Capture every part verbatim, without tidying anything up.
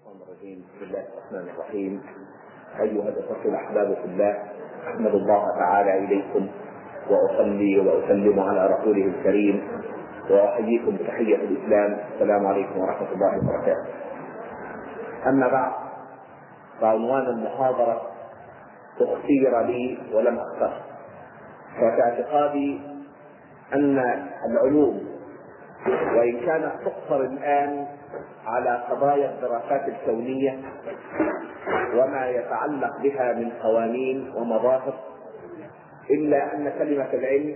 الشيطان الرجيم. بسم الله الرحمن الرحيم. أيها الأخوة الأحباب في الله، أحمد الله تعالى إليكم وأصلي وأسلم على رسوله الكريم وأحييكم بتحية الإسلام. السلام عليكم ورحمة الله وبركاته. أما بعد، فعنوان المحاضرة اختير لي ولم أختر، فكاعتقادي أن العلوم وإن كانت تقصر الآن على قضايا الدراسات الكونية وما يتعلق بها من قوانين ومظاهر، إلا أن كلمة العلم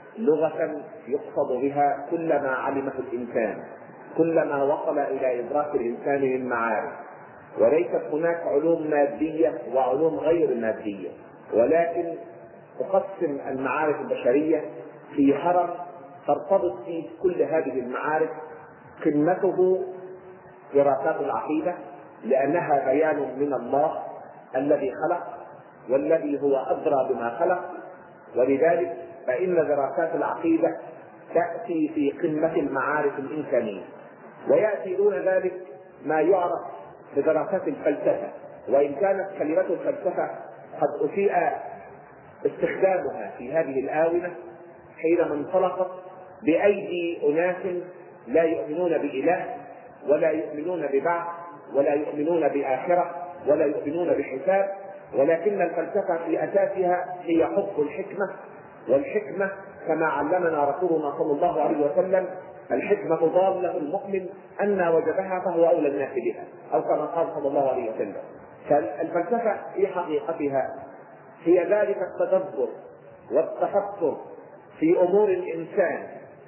لغة يقصد بها كل ما علمه الإنسان، كل ما وصل إلى إدراك الإنسان من معارف، وليست هناك علوم مادية وعلوم غير مادية، ولكن تقسم المعارف البشرية في هرم ترتبط فيه كل هذه المعارف. قمته دراسات العقيدة، لأنها بيان من الله الذي خلق والذي هو أدرى بما خلق، ولذلك فإن دراسات العقيدة تأتي في قمة المعارف الإنسانية. ويأتي دون ذلك ما يعرف بدراسات الفلسفة، وإن كانت كلمة الفلسفة قد أسيء استخدامها في هذه الآونة حينما انطلقت بأيدي أناس لا يؤمنون بإله ولا يؤمنون ببعث ولا يؤمنون بآخرة ولا يؤمنون بحساب، ولكن الفلسفة في أساسها هي حب الحكمة، والحكمة كما علمنا رسولنا صلى الله عليه وسلم الحكمة ضالة المؤمن أن وجدها فهو أولى الناس بها، أو كما قال صلى الله عليه وسلم. فالفلسفة في حقيقتها هي ذلك التدبر والتفكر في أمور الإنسان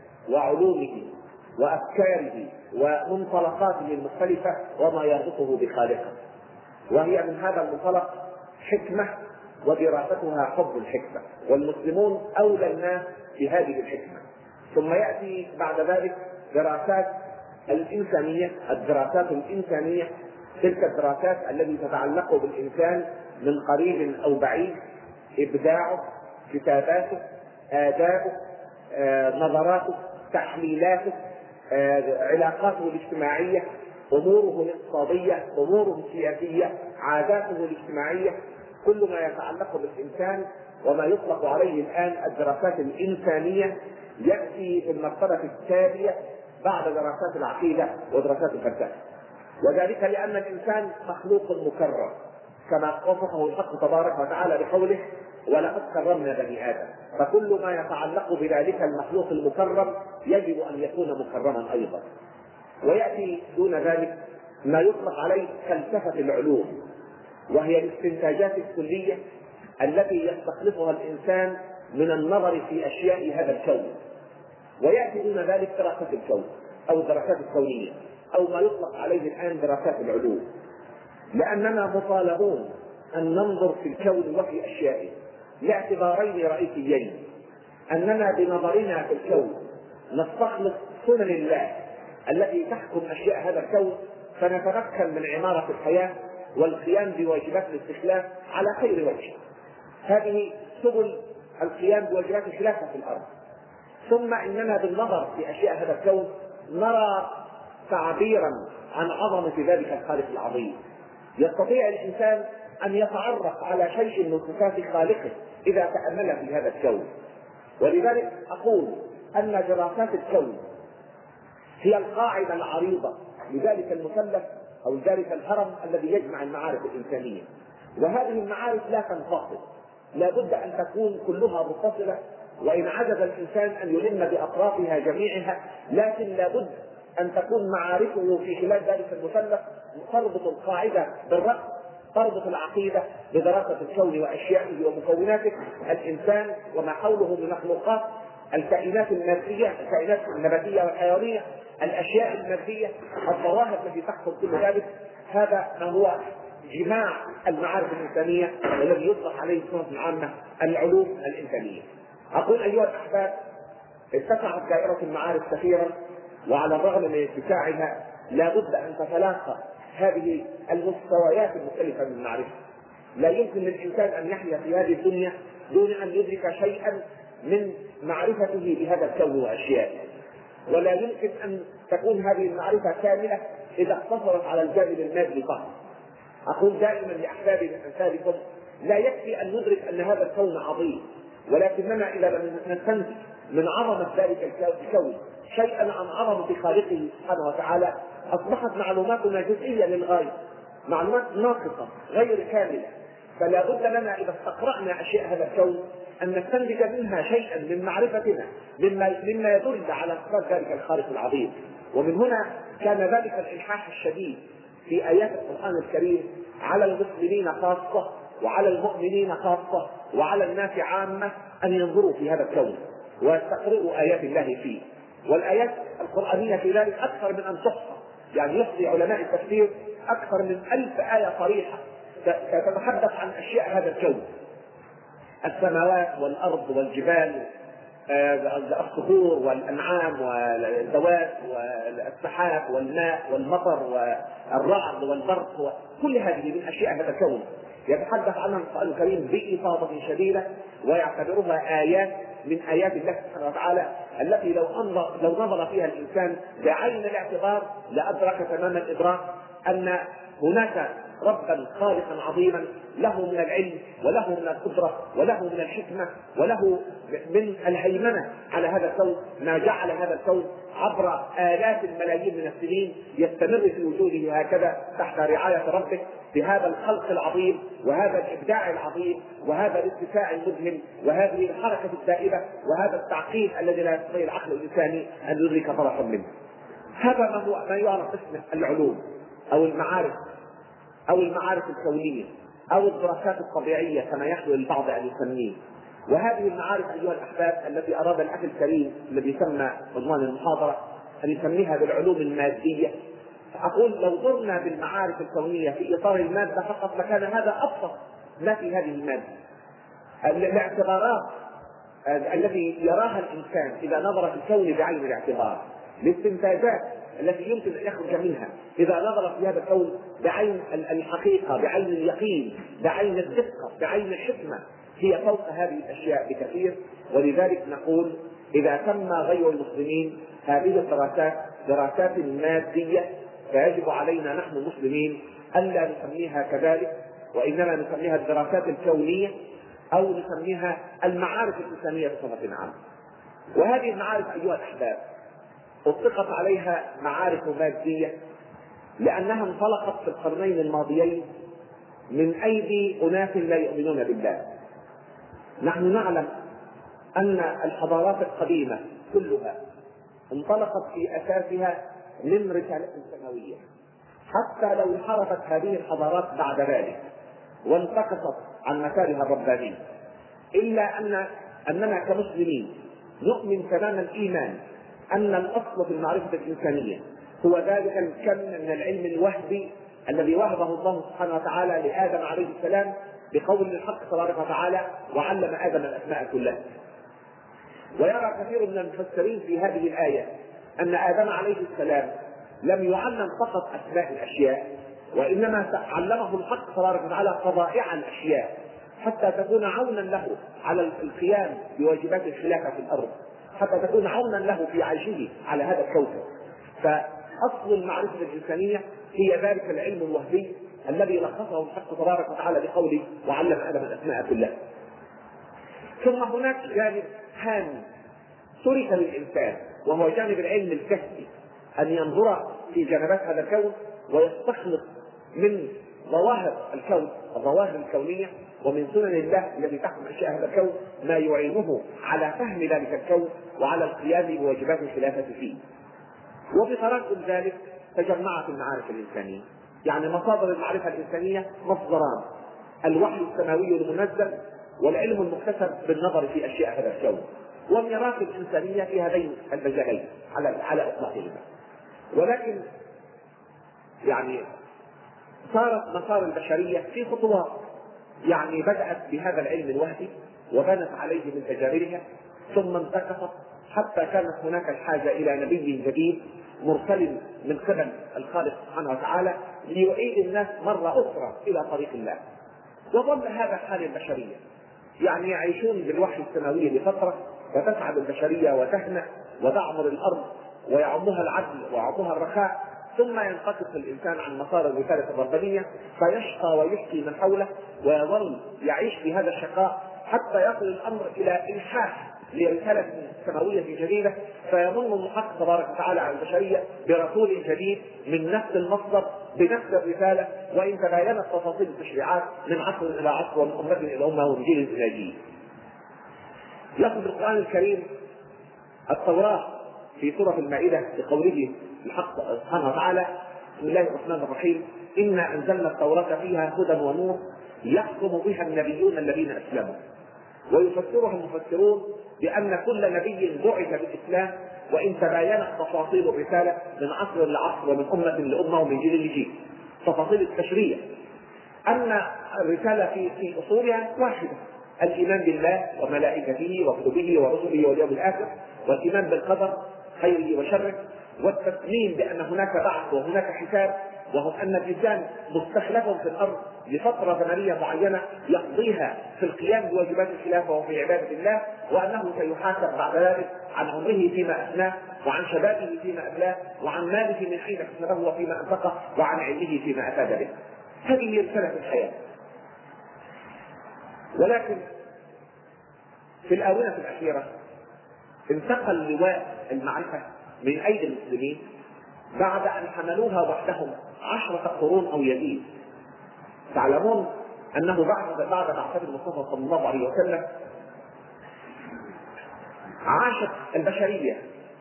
وعلومه وأفكاره ومنطلقاته المختلفة وما يربطه بخالقه، وهي من هذا المنطلق حكمة، ودراستها حب الحكمة، والمسلمون أولى الناس بهذه الحكمة. ثم يأتي بعد ذلك دراسات الإنسانية، الدراسات الإنسانية تلك الدراسات التي تتعلق بالإنسان من قريب أو بعيد، إبداعه، كتاباته، آدابه، آه، نظراته، تحليلاته، آه، علاقاته الاجتماعية، أموره الاقتصادية، أموره السياسية، عاداته الاجتماعية، كل ما يتعلق بالإنسان وما يطلق عليه الآن الدراسات الإنسانية يأتي في المرتبة التالية بعد دراسات العقيدة ودراسات الفلسفة. وذلك لأن الإنسان مخلوق مكرم كما وصفه الحق تبارك وتعالى بقوله ولقد كرمنا بني آدم، فكل ما يتعلق بذلك المخلوق المكرم يجب أن يكون مكرما أيضا. ويأتي دون ذلك ما يطلق عليه فلسفة العلوم، وهي الاستنتاجات الكلية التي يستخلصها الإنسان من النظر في أشياء هذا الكون. ويأتي دون ذلك دراسة الكون أو الدراسات الكونية أو ما يطلق عليه الآن دراسات العلوم، لأننا مطالبون أن ننظر في الكون وفي أشيائه لاعتبارين رئيسيين: أننا بنظرنا في الكون نستخلص سنن الله التي تحكم أشياء هذا الكون، فنتمكن من عمارة الحياة والقيام بواجبات الاستخلاف على خير وجه. هذه سبل القيام بواجبات الخلافة في الأرض. ثم إننا بالنظر في أشياء هذا الكون نرى تعبيرا عن عظمة ذلك الخالق العظيم. يستطيع الإنسان أن يتعرف على شيء من صفات خالقه إذا تأمل في هذا الكون. ولذلك أقول أن دراسات الكون هي القاعدة العريضة لذلك المثلث أو ذلك الهرم الذي يجمع المعارف الإنسانية. وهذه المعارف لا تنفصل، لا بد أن تكون كلها متصلة، وإن عجز الإنسان أن يلم بأطرافها جميعها، لكن لا بد أن تكون معارفه في خلال ذلك المثلث تربط القاعدة بالرأس، تربط العقيدة بدراسة الكون وأشيائه ومكوناته، الإنسان وما حوله من مخلوقات، الكائنات المادية، الكائنات النباتية والحيوانية، الأشياء المادية، الظواهر التي تحصل كل ذلك. هذا ما هو جماع المعارف الإنسانية الذي يطلق عليه بصفة عامة العلوم الإنسانية. أقول أيها الأحباب، اتسعت دائرة المعارف كثيرا، وعلى الرغم من اتساعها لا بد أن تتلاقى هذه المستويات المختلفة من المعرفة. لا يمكن للإنسان أن يحيا في هذه الدنيا دون أن يدرك شيئا من معرفته بهذا الكون وأشيائه، ولا يمكن أن تكون هذه المعرفة كاملة إذا اقتصرت على الجانب المادي فقط. أقول دائما لأحبابي من أمثالكم لا يكفي أن ندرك أن هذا الكون عظيم، ولكننا إذا لم نستنتج من عظمة ذلك الكون شيئا عن عظمة خالقه سبحانه وتعالى أصبحت معلوماتنا جزئية للغاية، معلومات ناقصة غير كاملة. فلا بد لنا إذا استقرأنا أشياء هذا الكون أن نستنتج منها شيئا من معرفتنا مما مما يدل على صفات ذلك الخالق العظيم. ومن هنا كان ذلك الإلحاح الشديد في آيات القرآن الكريم على المسلمين خاصة وعلى المؤمنين خاصة وعلى الناس عامة أن ينظروا في هذا الكون ويستقرئوا آيات الله فيه. والآيات القرآنية في ذلك أكثر من أن تحصى، يعني يحصي علماء التفسير أكثر من ألف آية صريحة تتحدث عن أشياء هذا الكون، السماوات والأرض والجبال، الصخور والأنعام والذوات والسحاب والماء والمطر والرعد والبرق، كل هذه من أشياء هذا الكون يتحدث عنها القرآن الكريم بإفاضة شديدة ويعتبرها آيات من آيات الله سبحانه وتعالى التي لو انظر لو نظر فيها الإنسان بعين الاعتبار لأدرك تمام الإدراك أن هناك ربا خالقا عظيما له من العلم وله من القدرة وله من الحكمة وله من الهيمنة على هذا الكون، ما جعل هذا الكون عبر آلاف الملايين من السنين يستمر في وجوده هكذا تحت رعاية ربه بهذا الخلق العظيم وهذا الإبداع العظيم وهذا الاتساع المذهل وهذه الحركة الدائبة وهذا التعقيد الذي لا يستطيع العقل الإنساني أن يدرك طرفا منه. هذا ما هو ما يعرف اسمه العلوم أو المعارف أو المعارف الكونية أو الدراسات الطبيعية كما يحلو البعض أن يسميه. وهذه المعارف أيها الأحباب التي أراد الأخ الكريم الذي يسمى عنوان المحاضرة أن يسميها بالعلوم المادية، أقول لو ضرنا بالمعارف الكونية في إطار المادة فقط لكان هذا أبسط ما في هذه المادة. الاعتبارات التي يراها الإنسان إذا نظر في الكون بعين الاعتبار، الاستنتاجات التي يمكن أن يخرج منها إذا نظر في هذا الكون بعين الحقيقة بعين اليقين بعين الدقة بعين الحكمة، هي فوق هذه الأشياء بكثير. ولذلك نقول إذا سمى غير المسلمين هذه الدراسات دراسات مادية فيجب علينا نحن المسلمين ألا نسميها كذلك، وإنما نسميها الدراسات الكونية أو نسميها المعارف الإنسانية بصفة عامة. وهذه المعارف أيها الأحباب أطلقت عليها معارف مادية لأنها انطلقت في القرنين الماضيين من أيدي أناس لا يؤمنون بالله. نحن نعلم أن الحضارات القديمة كلها انطلقت في أساسها من رسالة سماوية، حتى لو انحرفت هذه الحضارات بعد ذلك وانتقصت عن مسارها الرباني، إلا أن أننا كمسلمين نؤمن تمام الإيمان أن الأصل في المعرفة الإنسانية هو ذلك الكم من العلم الوهبي الذي وهبه الله سبحانه وتعالى لآدم عليه السلام بقول الحق تبارك وتعالى وعلم آدم الأسماء كلها. ويرى كثير من المفسرين في هذه الآية أن آدم عليه السلام لم يعلم فقط أسماء الأشياء، وإنما علمه الحق تبارك وتعالى فضائع الأشياء حتى تكون عونا له على القيام بواجبات الخلافة في الأرض، حتى تكون عونا له في عيشه على هذا الكوكب. فأصل المعرفة الإنسانية هي ذلك العلم الوهبي الذي لخصه الحق تبارك وتعالى بقوله وعلم آدم الأسماء كلها. ثم هناك جانب هام ترك للإنسان وهو جانب العلم الكسبي، أن ينظر في جنبات هذا الكون ويستخلص من ظواهر الكون الظواهر الكونية ومن سنن الله التي تحكم أشياء هذا الكون ما يعينه على فهم ذلك الكون وعلى القيام بواجبات الخلافة فيه. وبتراكم ذلك تجمعت المعارف الإنسانية، يعني مصادر المعرفة الإنسانية مصدران: الوحي السماوي المنزل والعلم المكتسب بالنظر في أشياء هذا الكون. والميراث الإنسانية في هذين المجالين على على إطلاقهما. ولكن يعني صارت مسار البشرية في خطوات، يعني بدأت بهذا العلم الوهبي وبنت عليه من تجاربها ثم انتكست حتى كانت هناك الحاجة إلى نبي جديد مرسل من قبل الخالق سبحانه وتعالى ليعيد الناس مرة أخرى إلى طريق الله. وظل هذا حال البشرية، يعني يعيشون بالوحي السماوي لفترة وتسعد البشرية وتهنأ وتعمر الأرض ويعمها العدل ويعمها الرخاء، ثم ينقطع الانسان عن مسار الرساله الربانيه فيشقى ويشقي من حوله ويظل يعيش في هذا الشقاء حتى يصل الامر الى الحاح لرساله سماويه جديده، فيمن الحق تبارك وتعالى على البشريه برسول جديد من نفس المصدر بنفس الرساله، وان تباينت تفاصيل التشريعات من عصر الى عصر ومن امه الى امه ومن جيل الى جيل. يقول القران الكريم التوراه في سوره المائده بقوله الحق سبحانه وتعالى: بسم الله الرحمن الرحيم انا انزلنا التوراه فيها هدى ونور يحكم بها النبيون الذين اسلموا. ويفسرها المفسرون بان كل نبي بعث بالاسلام وان تباينت تفاصيل الرساله من عصر لعصر ومن امه لامه ومن جيل لجيل تفاصيل التشريع، ان الرساله في في اصولها واحده: الايمان بالله وملائكته وكتبه ورسله واليوم الاخر، والايمان بالقدر خيره وشره، والتسليم بان هناك بعث وهناك حساب، وهو ان الانسان مستخلف في الارض لفتره زمنيه معينه يقضيها في القيام بواجبات الخلافه وفي عباده الله، وانه سيحاسب بعد ذلك عن عمره فيما افناه، وعن شبابه فيما ابلاه، وعن ماله من حين كسبه وفيما انفقه، وعن علمه فيما افاد به. هذه هي رساله الحياه. ولكن في الآونة الأخيرة انتقل لواء المعرفة من أيدي المسلمين بعد أن حملوها وحدهم عشرة قرون أو يزيد. تعلمون أنه بعد بعد بعثة المصطفى صلى الله عليه وسلم عاشت البشرية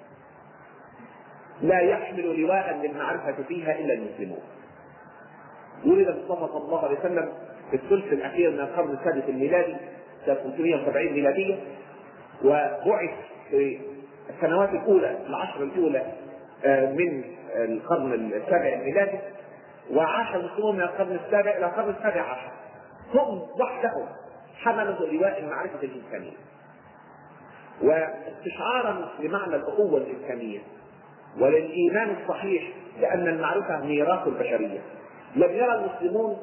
لا يحمل لواء للمعرفة فيها إلا المسلمون. ولد المصطفى صلى الله عليه وسلم في الثلث الأخير من القرن السادس الميلادي سنة خمسمائة وسبعين ميلادية، وبعث في السنوات الأولى العشر الأولى من القرن السابع الميلادي، وعاش المسلمون من القرن السابع إلى القرن السابع عشر. هم وحدهم حملوا لواء المعرفة الإنسانية، واستشعارا لمعنى الأخوة الإنسانية وللإيمان الصحيح بأن المعرفة ميراث البشرية. لم يرى المسلمون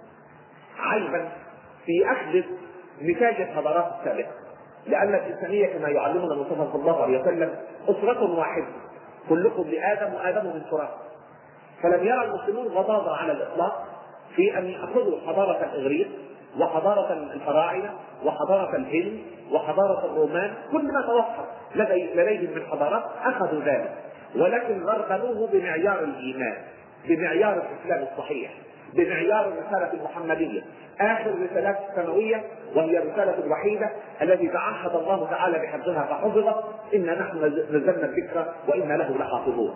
عيبا في أخذ نتاج الحضارات السابقة، لأن الإنسانية كما يعلمنا المصطفى صلى الله عليه وسلم أسرة واحدة، كلكم لآدم وآدم من تراب. فلم يرى المسلمون غضاضة على الإطلاق في أن يأخذوا حضارة الإغريق وحضارة الفراعنة وحضارة الهند وحضارة الرومان، كل ما توفر لديهم من حضارات أخذوا ذلك، ولكن غربلوه بمعيار الإيمان، بمعيار الإسلام الصحيح، بمعيار الرسالة المحمدية، آخر الرسالات السماوية، وهي الرسالة الوحيدة التي تعهد الله تعالى بحفظها فحفظت: إنا نحن نزلنا الذكر وإنا له لحافظون.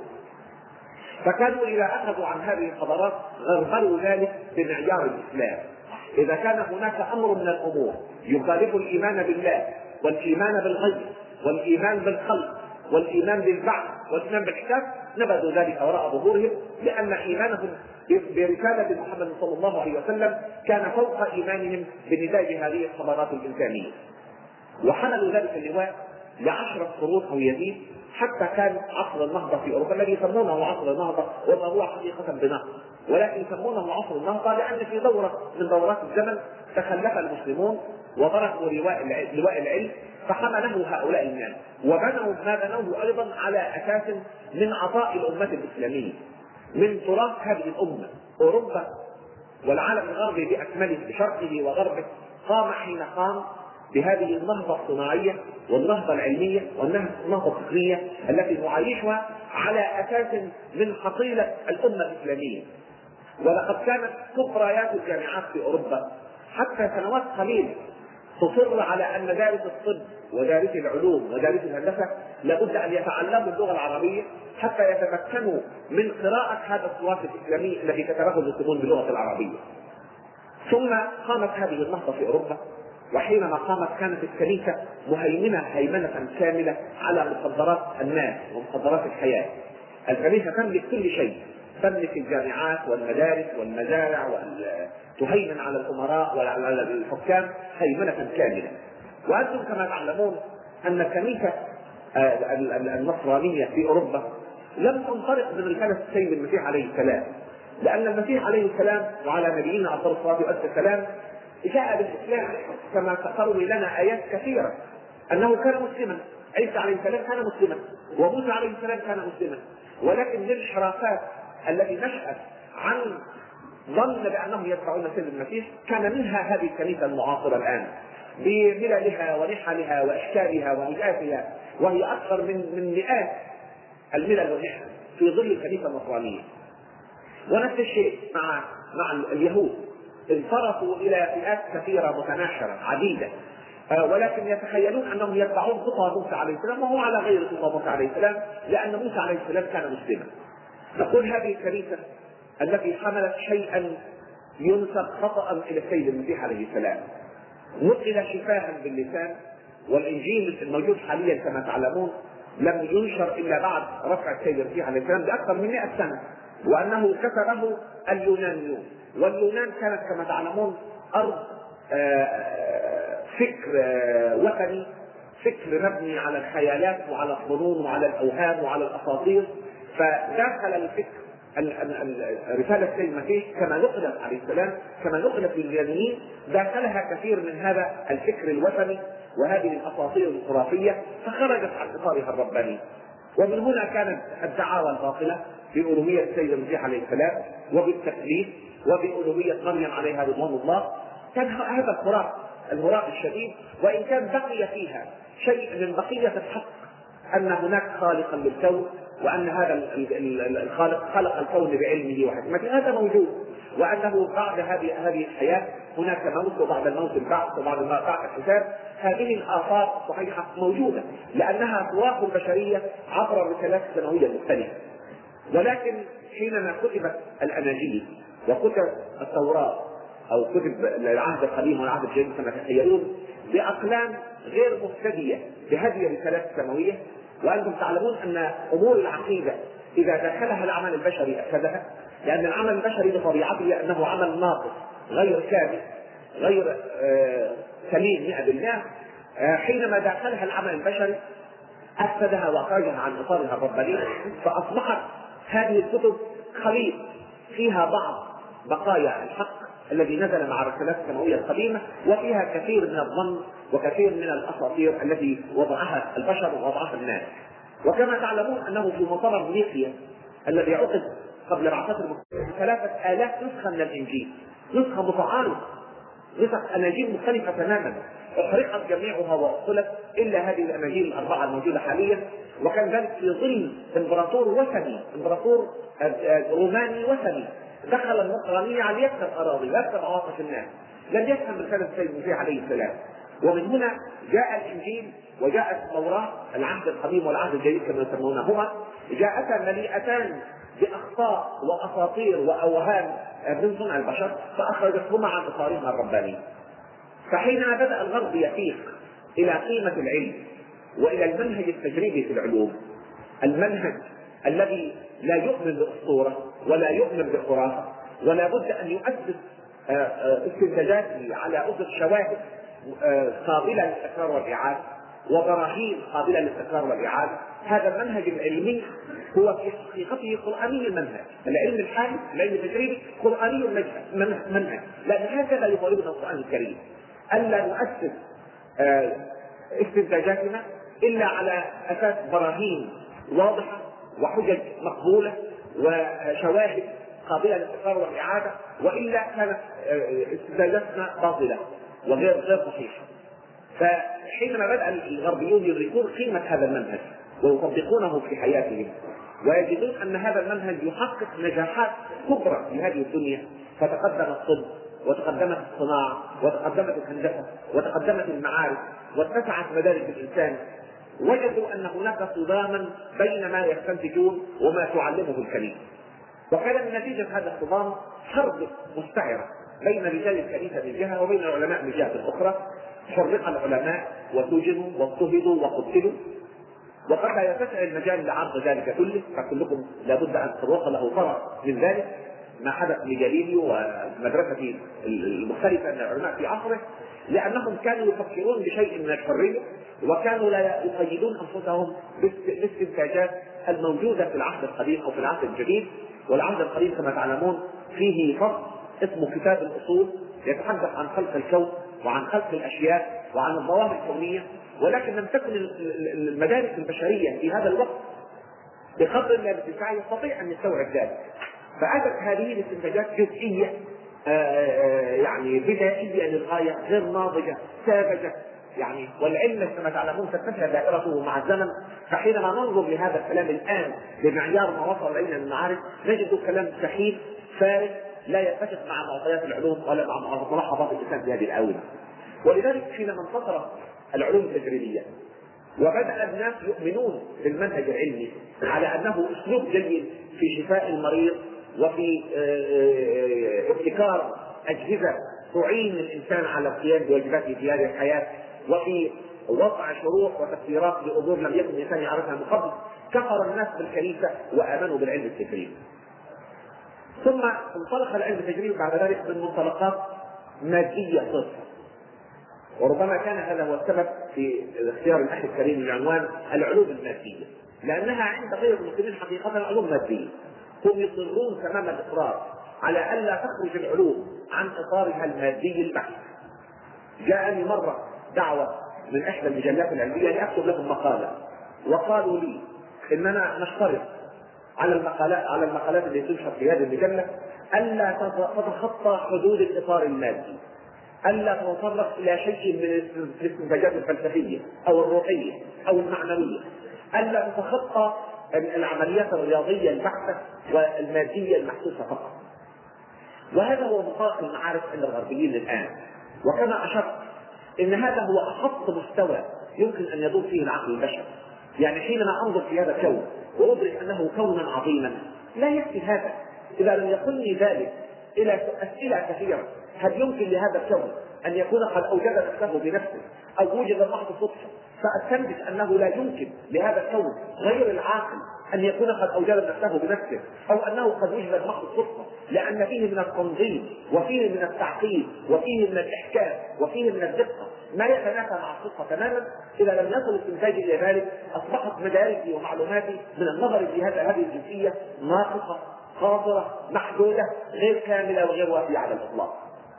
فكانوا إذا أخذوا عن هذه الحضارات غربلوا ذلك بمعيار الإسلام. إذا كان هناك أمر من الأمور يخالف الإيمان بالله والإيمان بالغيب والإيمان بالخلق والإيمان بالبعث والإيمان بالحساب، نبذوا ذلك وراء ظهورهم، لأن إيمانهم برسالة محمد صلى الله عليه وسلم كان فوق إيمانهم بنتاج هذه الحضارات الإنسانية. وحملوا ذلك اللواء لعشرة قرون أو يزيد، حتى كان عصر النهضة في أوروبا الذي يسمونه عصر النهضة، وما هو حقيقة بنهضة، ولكن يسمونه عصر النهضة لأن في دورة من دورات الزمن تخلف المسلمون وتركوا لواء لواء العلم، فحمله هؤلاء الناس وبنوا ما بنوه أيضا على أساس من عطاء الأمة الإسلامية من تراث هذه الأمة. أوروبا والعالم الغربي بأكمله بشرقه وغربه قام حين قام بهذه النهضة الصناعية والنهضة العلمية والنهضة التقنية التي نعيشها على أساس من حصيلة الأمة الإسلامية. ولقد كانت كبريات الجامعات في أوروبا حتى سنوات قليلة تصر على أن دارس الطب ودارس العلوم ودارس الهندسة لابد أن يتعلموا اللغة العربية حتى يتمكنوا من قراءة هذا التراث الإسلامي الذي كتبه المسلمون باللغة العربية. ثم قامت هذه النهضة في أوروبا، وحينما قامت كانت الكنيسة مهيمنة هيمنة كاملة على مخدرات الناس ومخدرات الحياة. الكنيسة تملك كل شيء، تملك الجامعات والمدارس والمزارع، وتهيمن على الأمراء وعلى الحكام هيمنة كاملة. وأنتم كما تعلمون أن الكنيسة النصرانية في أوروبا لم تنطلق من رسالة السيد المسيح عليه السلام، لأن المسيح عليه السلام وعلى نبينا أفضل الصلاة والسلام جاء بالإسلام كما تروي لنا آيات كثيرة أنه كان مسلما. عيسى عليه السلام كان مسلما، وموسى عليه السلام كان مسلما، ولكن للانحرافات الذي نشأت عن ظن بأنهم يتبعون سيد المسيح كان منها هذه الكنيسة المعاصرة الآن بمللها ونحلها وأشكالها وهيئاتها، وهي أكثر من من مئات الملل والنحل في ظل الكنيسة النصرانية. ونفس الشيء مع مع اليهود، انصرفوا إلى فئات كثيرة متناحرة عديدة، ولكن يتخيلون أنهم يتبعون خطى موسى عليه السلام، وهو على غير خطى موسى عليه السلام، لأن موسى عليه السلام كان مسلما. نقول هذه الكنيسة التي حملت شيئا ينسب خطأ إلى السيد المسيح عليه السلام، نقل شفاها باللسان، والإنجيل الموجود حاليا كما تعلمون لم ينشر إلا بعد رفع السيد المسيح عليه السلام بأكثر من مئة سنة، وأنه كتبه اليونانيون، واليونان كانت كما تعلمون أرض فكر وثني، فكر مبني على الخيالات وعلى الظنون وعلى الأوهام وعلى الأساطير. فداخل الفكر رسالة السيد المسيح كما نقلت عليه السلام، كما نقلت لليونانيين، داخلها كثير من هذا الفكر الوثني وهذه الأساطير الخرافية، فخرجت عن إطارها الرباني. ومن هنا كانت الدعاوى الباطلة بألوهية السيد المسيح عليه السلام وبالتكليف وبألوهية مريم عليها رضوان الله. كان هذا الخراف الهراء الشديد، وإن كان بقي فيها شيء من بقية الحق أن هناك خالقا للكون، وأن هذا الخالق خلق الكون بعلمه وحكمته، هذا موجود، وأنه بعد هذه هذه الحياة هناك موت، وبعد الموت البعث، وبعد ما بعد الحساب. هذه الآثار الصحيحة موجودة لأنها سواق البشرية عبر الرسالات السماوية المختلفة. ولكن حينما كتبت الأناجيل وكتب التوراة أو كتب العهد القديم والعهد الجديد كما تخيلون بأقلام غير مهتدية بهذه الرسالات السماوية، وأنتم تعلمون أن أمور العقيدة إذا دخلها العمل البشري أفسدها، لأن العمل البشري بطبيعته أنه عمل ناقص غير كامل غير آه سليم مئة بالمئة. آه حينما دخلها العمل البشري أفسدها وأخرجها عن إطارها الرباني، فأصبحت هذه الكتب خليط فيها بعض بقايا الحق الذي نزل مع الرسالات السماوية القديمة، وفيها كثير من الظن وكثير من الأساطير التي وضعها البشر ووضعها الناس. وكما تعلمون أنه في مؤتمر نيقيا الذي عقد قبل بعثة المسيح ثلاثة آلاف نسخة من الإنجيل، نسخة متعارضة، نسخ أناجيل مختلفة تماما، احرقت جميعها وأقتلت إلا هذه الأناجيل الأربعة الموجودة حاليا. وكان ذلك في ظل إمبراطور وثني، إمبراطور روماني وثني دخل النصرانية على يكسب أراضي ويكسب عواطف الناس، لم يفهم رسالة السيد المسيح عليه السلام. ومن هنا جاء الإنجيل وجاءت التوراة، العهد القديم والعهد الجديد كما يسمونهما، جاءتا مليئتان بأخطاء وأساطير وأوهام من صنع البشر، فأخرجتهما عن إطارها الرباني. فحينما بدأ الغرب يفيق إلى قيمة العلم وإلى المنهج التجريبي في العلوم، المنهج الذي لا يؤمن بالأسطورة ولا يؤمن بالخرافة، ولا بد أن يؤسس استنتاجاته على أسس شواهد قابلة للتكرار والإعادة وبراهين قابلة للتكرار والإعادة. هذا المنهج العلمي هو في حقيقته قرآني المنهج، العلم الحالي العلم التجريبي قرآني المنهج، لأن هكذا يطالبنا القرآن الكريم، ألا نؤسس استنتاجاتنا إلا على أساس براهين واضحة وحجج مقبولة وشواهد قابلة للتكرار والإعادة، وإلا كانت استدلالاتنا باطلة وغير غير صحيحة. فحينما بدأ الغربيون يدركون قيمة هذا المنهج ويطبقونه في حياتهم، ويجدون أن هذا المنهج يحقق نجاحات كبرى في هذه الدنيا، فتقدم الطب وتقدمت الصناعة وتقدمت الهندسة وتقدمت المعارف واتسعت مدارك الإنسان، وجدوا أن هناك صداما بين ما يستنتجون وما تعلمه الكنيسة. وكان من نتيجة هذا الصدام حرب مستعرة بين رجال الكنيسة من جهة وبين العلماء من جهة أخرى. حرق العلماء وسجنوا واضطهدوا وقتلوا، وقد لا يتسع المجال لعرض ذلك كله، فكلكم لابد أن تتوصل له فرع من ذلك ما حدث لجاليليو ومدرسة المختلفة من العلماء في عصره، لأنهم كانوا يفكرون بشيء من الحرية، وكانوا لا يقيدون أنفسهم بالاستنتاجات الموجودة في العهد القديم أو في العهد الجديد. والعهد القديم كما تعلمون فيه فصل اسمه كتاب الأصول يتحدث عن خلق الكون وعن خلق الأشياء وعن الظواهر الكونية، ولكن لم تكن المدارس البشرية في هذا الوقت بقدر الاتساع يستطيع أن يستوعب ذلك. فأتت هذه الاستنتاجات جزئية يعني بدائية للغاية، غير ناضجة، ساذجة يعني. والعلم كما تعلمون تتسع دائرته مع الزمن، فحينما ننظر لهذا الكلام الآن بمعيار ما وصل إلينا من المعارف نجد كلام سخيف فارغ لا يتفق مع معطيات العلوم ولا مع ملاحظات الإنسان في هذه الآونة. ولذلك حينما انتصرت العلوم التجريبية وبدأ الناس يؤمنون بالمنهج العلمي على أنه أسلوب جيد في شفاء المريض وفي ابتكار أجهزة تعين الإنسان على القيام بواجباته في هذه الحياة، وفي وضع شروط وتفسيرات لأمور لم يكن الإنسان يعرفها من قبل، كفر الناس بالكنيسة وآمنوا بالعلم التجريبي. ثم انطلق العلم التجريبي بعد ذلك من منطلقات مادية صرفة، وربما كان هذا هو السبب في اختيار الأخ الكريم للعنوان العلوم المادية، لأنها عند غير المسلمين حقيقة علوم مادية. هم يصرون تمام الإصرار على ألا تخرج العلوم عن إطارها المادي البحث. جاءني مرة دعوة من إحدى المجلات العلمية لأكتب لهم مقالة، وقالوا لي إننا نشترط على المقالات على المقالات التي تنشر في هذه المجلة ألا تتخطى حدود الإطار المادي، ألا تتطرق إلى شيء من الاستنتاجات الفلسفية أو الروحية أو المعنوية، ألا تتخطى العمليات الرياضية البحتة والمادية المحسوسة فقط. وهذا هو مفارق المعارف عند الغربيين الآن. وكما أشرت إن هذا هو أخص مستوى يمكن أن يدور فيه العقل البشري. يعني حينما أنظر في هذا الكون وأدرك أنه كونا عظيما لا يكفي هذا إذا لم يقلني ذلك إلى أسئلة كثيرة. هل يمكن لهذا الكون أن يكون قد أوجد نفسه بنفسه أو وجد محض صدفة؟ فأستنتج أنه لا يمكن لهذا الكون غير العاقل أن يكون قد أوجد نفسه بنفسه، أو أنه قد وجد محض صدفة، لأن فيه من التنظيم وفيه من التعقيد وفيه من الإحكام وفيه من الدقة ما يتنافى مع الصدفة تماما. إذا لم يصل استنتاجي إلى ذلك أصبحت مداركي ومعلوماتي من النظر في هذا هذه الجزئية ناقصة قاصرة محدودة غير كاملة وغير وافية على الإطلاق.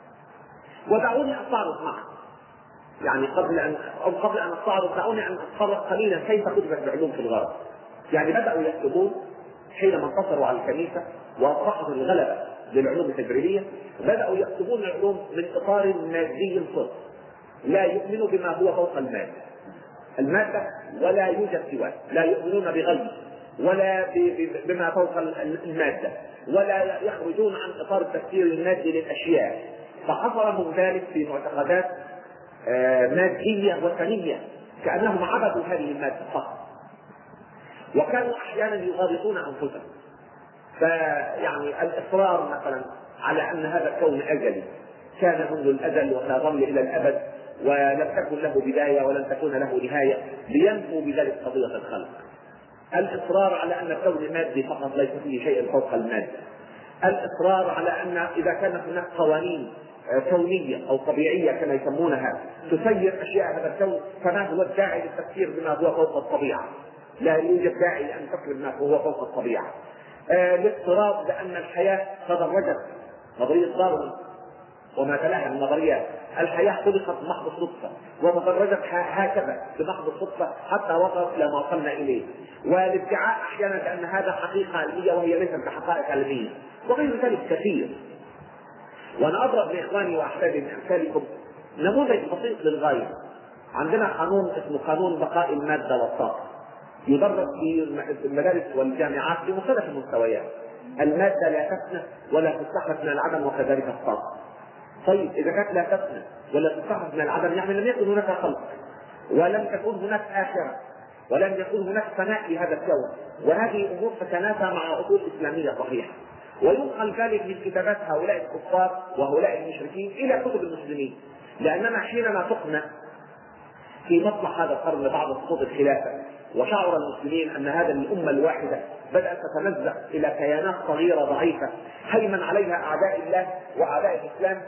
ودعوني أستعرض معك يعني قبل أن أو قبل أن أستعرض دعوني أن أتطرق قليلا كيف كتبت العلوم في الغرب. يعني بدأوا يكتبون حينما انتصروا على الكنيسة وأصبحت الغلبة للعلوم التجريبية، بدأوا يكتبون العلوم من إطار مادي صرف، لا يؤمنوا بما هو فوق المادة المادة ولا يوجد سواه، لا يؤمنون بغيره ولا بما فوق المادة، ولا يخرجون عن إطار التفسير المادي للأشياء. فحصرهم ذلك في معتقدات مادية وثنية كأنهم عبدوا هذه المادة فقط، وكانوا أحيانا يغالطون أنفسهم. فيعني الإصرار مثلا على أن هذا الكون أزلي كان منذ الأزل وسيظل إلى الأبد ولم تكن له بداية ولن تكون له نهاية لينفوا بذلك قضية الخلق. الإصرار على أن الكون مادي فقط ليس فيه شيء فوق المادة. الإصرار على أن إذا كانت هناك قوانين كونية أو طبيعية كما يسمونها تسير أشياء هذا الكون فما هو الداعي للتفكير بما هو فوق الطبيعة؟ لا يوجد داعي أن تفكر بما هو فوق الطبيعة. الاضطراب بأن الحياة تدرجت، نظرية داروين وما تلاها من نظريات، الحياة خلقت بمحض الصدفة وتدرجت هكذا بمحض الصدفة حتى وصلت إلى ما وصلنا إليه. والادعاء أحيانا بأن هذا حقيقة علمية وهي ليست بحقائق علمية وغير ذلك كثير. وأنا أضرب لإخواني وأحبابي من أمثالكم نموذج بسيط للغاية. عندنا قانون اسمه قانون بقاء المادة والطاقة، يدرس في المدارس والجامعات بمختلف المستويات. المادة لا تفنى ولا تستحدث من العدم وكذلك الطاقة. طيب إذا كانت لا تفنى ولا تستحدث من العدم يعني لم يكن هناك خلق ولم تكن هناك آخرة ولم يكن هناك فناء لهذا الكون، وهذه أمور تتنافى مع أصول إسلامية صحيحة. وينقل ذلك من كتابات هؤلاء الكفار وهؤلاء المشركين إلى كتب المسلمين، لأننا حينما تقنع في مصلح هذا القرن بعد سقوط الخلافة وشعر المسلمين أن هذا الأمة الواحدة بدأت تتمزق إلى كيانات صغيرة ضعيفة هيمن عليها أعداء الله وأعداء الإسلام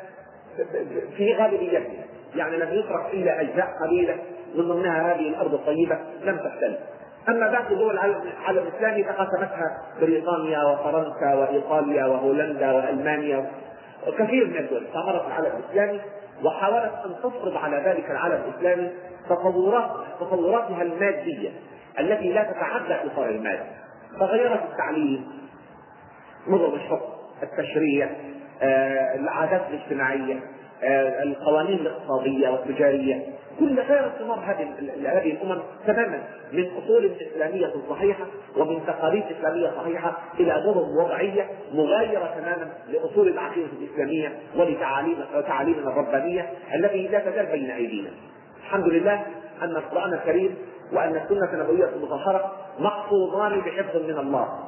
في غالبيتها، يعني لم يترك إلا أجزاء قليلة من ضمنها هذه الأرض الطيبة لم تحتل. أما باقي دول العالم الإسلامي تقاسمتها بريطانيا وفرنسا وإيطاليا وهولندا وألمانيا وكثير من الدول استعمرت العالم الإسلامي وحاولت أن تفرض على ذلك العالم الإسلامي تصورات تصوراتها المادية التي لا تتعدى إطار المادة. فغيرت التعليم نظم الحكم، التشريع، آه، العادات الاجتماعيه، آه، القوانين الاقتصاديه والتجاريه، كل غير ثمار هذه هذه الامم تماما من اصول اسلاميه صحيحه ومن تقاليد اسلاميه صحيحه الى نظم وضعيه مغايره تماما لاصول العقيده الاسلاميه ولتعاليمنا الربانيه التي لا تزال بين ايدينا. الحمد لله ان القران الكريم وان السنه النبويه المطهره محفوظان بحفظ من الله،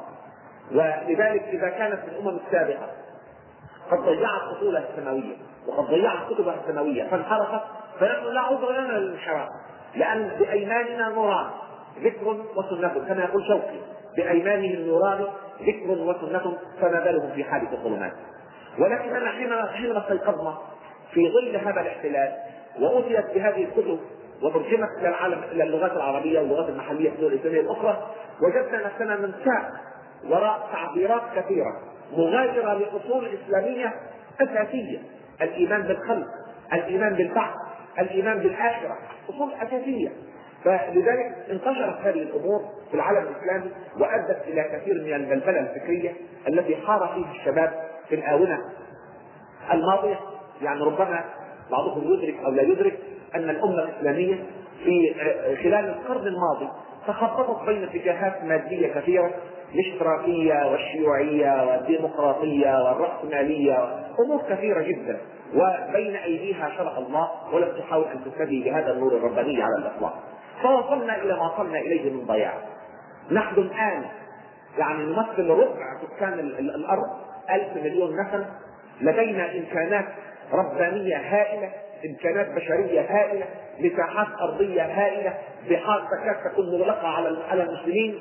ولذلك اذا كانت الامم السابقه قد ضيعت اصولها السماويه وقد ضيعت كتبها السماويه فانحرفت، فنحن لا عذر لنا للانحراف، لان بايماننا نوران ذكر وسنه، كما يقول شوقي بايمانهم نوران ذكر وسنه فما بالهم في حادث الظلمات. ولكننا حينما استيقظنا في ظل هذا الاحتلال واتيت بهذه الكتب وترجمت الى العالم الى اللغات العربيه واللغات المحليه في الدول الاسلاميه الاخرى، وجدنا نفسنا ننساق وراء تعبيرات كثيره مغايره لاصول اسلاميه اساسيه، الايمان بالخلق، الايمان بالبعث، الايمان بالاخره، اصول اساسيه. فلذلك انتشرت هذه الامور في العالم الاسلامي وادت الى كثير من البلبله الفكريه التي حار فيها الشباب في الاونه الماضيه. يعني ربما بعضهم يدرك او لا يدرك ان الامه الاسلاميه في خلال القرن الماضي تخبطت بين اتجاهات ماديه كثيره، الاشتراكيه والشيوعيه والديمقراطيه والراسماليه، امور كثيره جدا، وبين ايديها شرع الله ولم تحاول ان تستدعي بهذا النور الرباني على الاطلاق، فوصلنا الى ما وصلنا اليه من ضياع. نحن الان يعني نمثل ربع سكان الارض، ألف مليون نسمه، لدينا امكانات ربانيه هائله، امكانات بشريه هائله، مساحات ارضيه هائله، بحار تكاد تكون مغلقه على على المسلمين،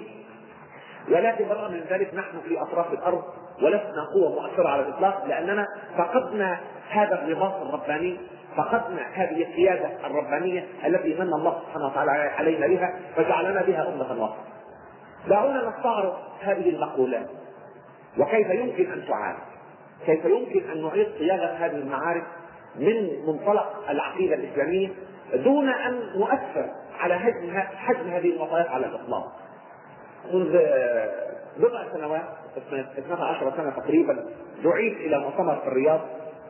ولكن بالرغم من ذلك نحن في اطراف الارض ولسنا قوه مؤثره على الاطلاق، لاننا فقدنا هذا الرباط الرباني، فقدنا هذه القياده الربانيه التي من الله سبحانه وتعالى علينا بها فجعلنا بها امه وسط. دعونا نستعرض هذه المقولات وكيف يمكن ان تعاد، كيف يمكن ان نعيد صياغه هذه المعارف من منطلق العقيده الاسلاميه دون ان نؤثر على حجم حجم هذه المعطيات على الاطلاق. منذ بضع سنوات، اثنتا عشرة سنه تقريبا، دعيت الى مؤتمر في الرياض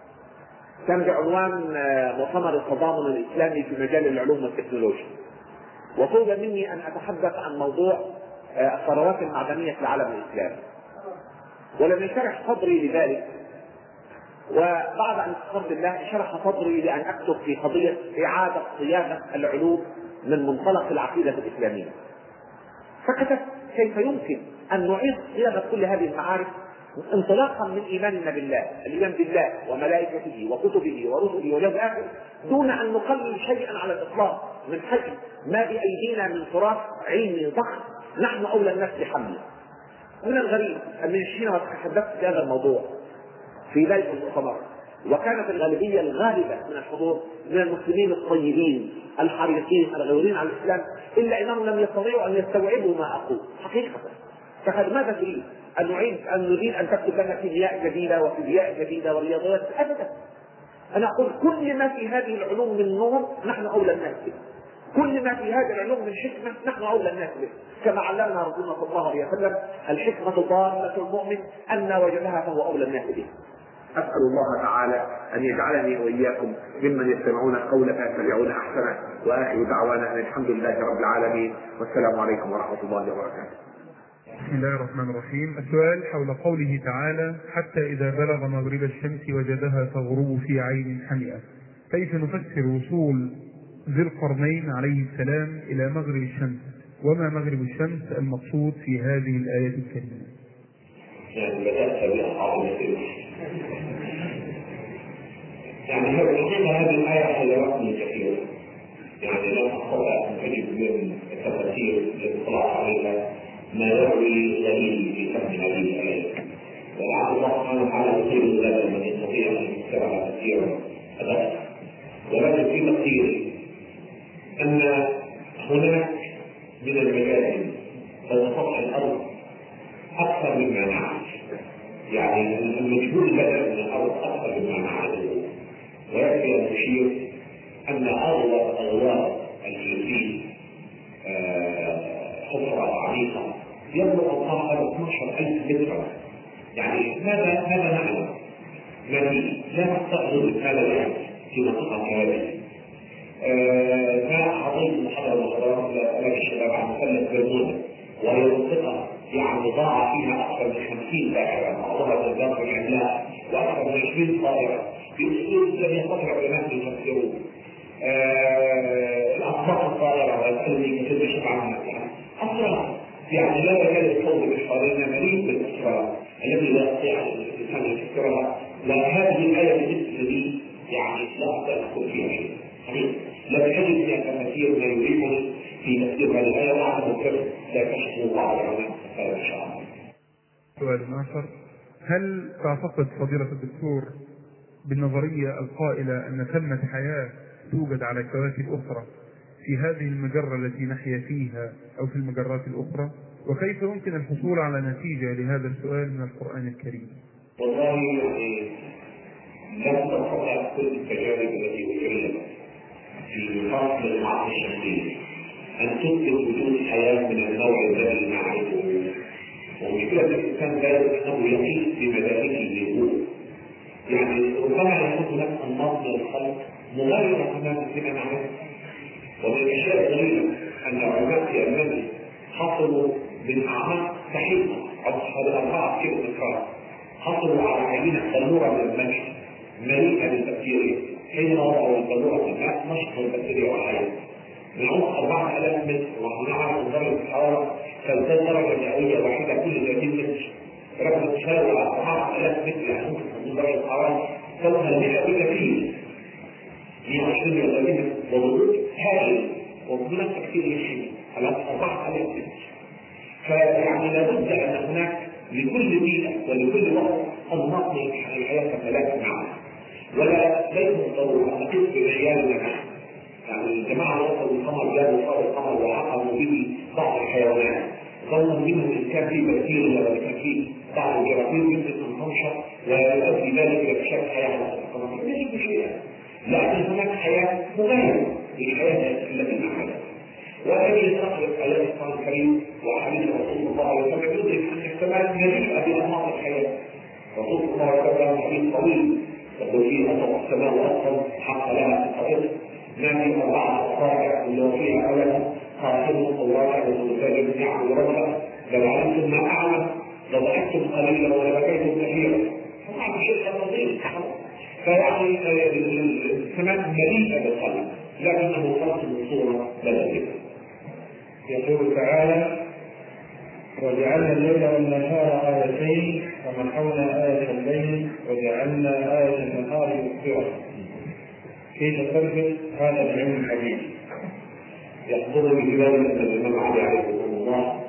كان بعنوان مؤتمر التضامن الاسلامي في مجال العلوم والتكنولوجيا، وطلب مني ان اتحدث عن موضوع الثروات المعدنيه في العالم الاسلامي، ولم ينشرح صدري لذلك، وبعد ان استغفرت الله انشرح صدري لان اكتب في قضيه اعاده صياغه العلوم من منطلق العقيده الاسلاميه. فكتبت كيف يمكن ان نعيد صياغه كل هذه المعارف انطلاقا من ايماننا بالله، الايمان بالله وملائكته وكتبه ورسله واليوم الاخر، دون ان نقلل شيئا على الاطلاق من حجم ما بايدينا من تراث علمي ضخم نحن اولى الناس بحمله. من الغريب ان حينما تحدثت في هذا الموضوع في ذلك المؤتمر وكانت الغالبيه الغالبه من الحضور من المسلمين الطيبين الحريصين الغيورين على الاسلام، الا انهم لم يستطيعوا ان يستوعبوا ما اقول حقيقه. فقد ماذا تريد؟ ان نعيد ان نريد ان تكتب لنا فيزياء جديده وفيزياء جديده ورياضيات؟ ابدا. انا اقول كل ما في هذه العلوم من نور نحن اولى الناس به، كل ما في هذه العلوم من حكمه نحن اولى الناس به، كما علمنا رسولنا صلى الله عليه وسلم: الحكمه ضاله المؤمن ان وجدها فهو اولى الناس به. أسأل الله تعالى أن يجعلني وإياكم ممن يستمعون القول فيتبعون أحسنه، وآخر دعوانا أن الحمد لله رب العالمين، والسلام عليكم ورحمة الله وبركاته. بسم الله الرحمن الرحيم. السؤال حول قوله تعالى: حتى إذا بلغ مغرب الشمس وجدها تغرب في عين حمئة. كيف نفسر وصول ذي القرنين عليه السلام إلى مغرب الشمس؟ وما مغرب الشمس المقصود في هذه الآية الكريمة؟ يعني بدأت بأصحاب يعني هذه الحقيقة هذه الآية حيرتني كثيرا، يعني لم أستطع أن أجد من التفاسير للاطلاع عليها ما يروي دليل في فهم هذه الآية، ولعل الله سبحانه وتعالى يصير لنا من يستطيع أن يفسرها تفسيرا أدق. ولكن في تقديري أن هناك من المجال فوق سطح الأرض أكثر مما نعرف، يعني المجهول بدأ من الأرض أكثر مما نعرف، ويكفي أن نشير أن أغلب أغلاط اللي في حفرة عميقة يبلغ أوقاتها اثناشر ألف مترا، يعني هذه لا تستغرب هذا العلم في منطقة كهذه. فأعطيت محاضرة محاضرات لك الشباب عن مثلث برمودا، وهي منطقة يعني ضاع فيها أكثر من خمسين باحثا بعضها تذاكر العملاق وأكثر من عشرين طائرة بأسلوب لم يستطع العلماء أن يفسروه. الأطباق الطائرة والعلم كتب شبع عنها أسرار، يعني لا يكاد القول بحوالينا مليء بالأسرار التي لا يستطيع الإنسان أن يفسرها. وهذه الآية بالنسبة لي يعني لا أدخل فيها شيء صحيح، لكن أجد فيها تفاسير ما يريدني في تفسير هذه الآية وأعتقد الكلام لا تشبه بعض العلماء إن شاء الله. سؤال آخر: هل تعتقد فضيلة الدكتور بالنظرية القائلة أن ثمة حياة توجد على كواكب أخرى في هذه المجرة التي نحيا فيها أو في المجرات الأخرى؟ وكيف يمكن الحصول على نتيجة لهذا السؤال من القرآن الكريم؟ والله يعني لم تستطع كل التجارب التي أجريت في فصل المعركة الشمسية أن تثبت وجود حياة من النوع الذي نعرفه. ومشكلة الإنسان ذلك أنه يقيس بمداركه للوجود، يعني ربما يكون هناك أنماط من الخلق مغايرة تماما فيما نعرفه. ومن الأشياء الغريبة أن العلماء في ألمانيا حصلوا من أعماق سحيقة أو أربعة كيلو متر حصلوا على عينة بلورة من المنشأ مليئة بالبكتيريا. حينما وضعوا البلورة في الماء نشطوا البكتيريا والحياة من عمق أربعة آلاف متر، ونحن نعرف درجة الحرارة تزداد درجة مئوية واحدة كل ثلاثين متر. رغم التشاور على أربعة آلاف متر يعني ممكن درجة الحرارة توصل مئة بكثير مئة وعشرين إلى ثلاثين متر وضغوط هائل وهناك بكتيريا شيء على أربعة آلاف متر. فيعني لابد أن هناك لكل بيئة ولكل وقت أنماط من الحياة تتلاقى معها، ولا ليس بالضرورة أن نقيس بمعيارنا نحن. يعني الجماعة وصلوا القمر جابوا صار القمر وحكموا به بعض الحيوانات، ظنوا منهم إن كان فيه بكتيريا ولا كان فيه بعض الجراثيم يمكن أن تنشط ويؤدي ذلك إلى اكتشاف حياة على القمر. ليس بشيء، لكن هناك حياة مغايرة للحياة التي نعملها. والذي يستقرق آيات القرآن الكريم وأحاديث رسول الله عليه وسلم يدرك أن احتمال مليئة بأنماط الحياة. رسول الله عليه وسلم حديث طويل يقول فيه أن السماء والأرض حق لها تستقر، ما في أربعة أصابع اللي فيها أولا قائم الطوارئ والمساجد يعمل ربها لو علمتم ما أعلم لضحكتم قليلا ولبكيتم كثيرا. طبعا شيء نظير. فيعني السماء مليئة بالخلق لكنه خلق من صورة بلدية. يقول تعالى: وجعلنا الليل والنهار آيتين ومحونا آية الليل وجعلنا آية النهار مبصرة. كيف تفسر هذا العلم الحديث؟ يقول بجلال أن الإمام علي عليه الله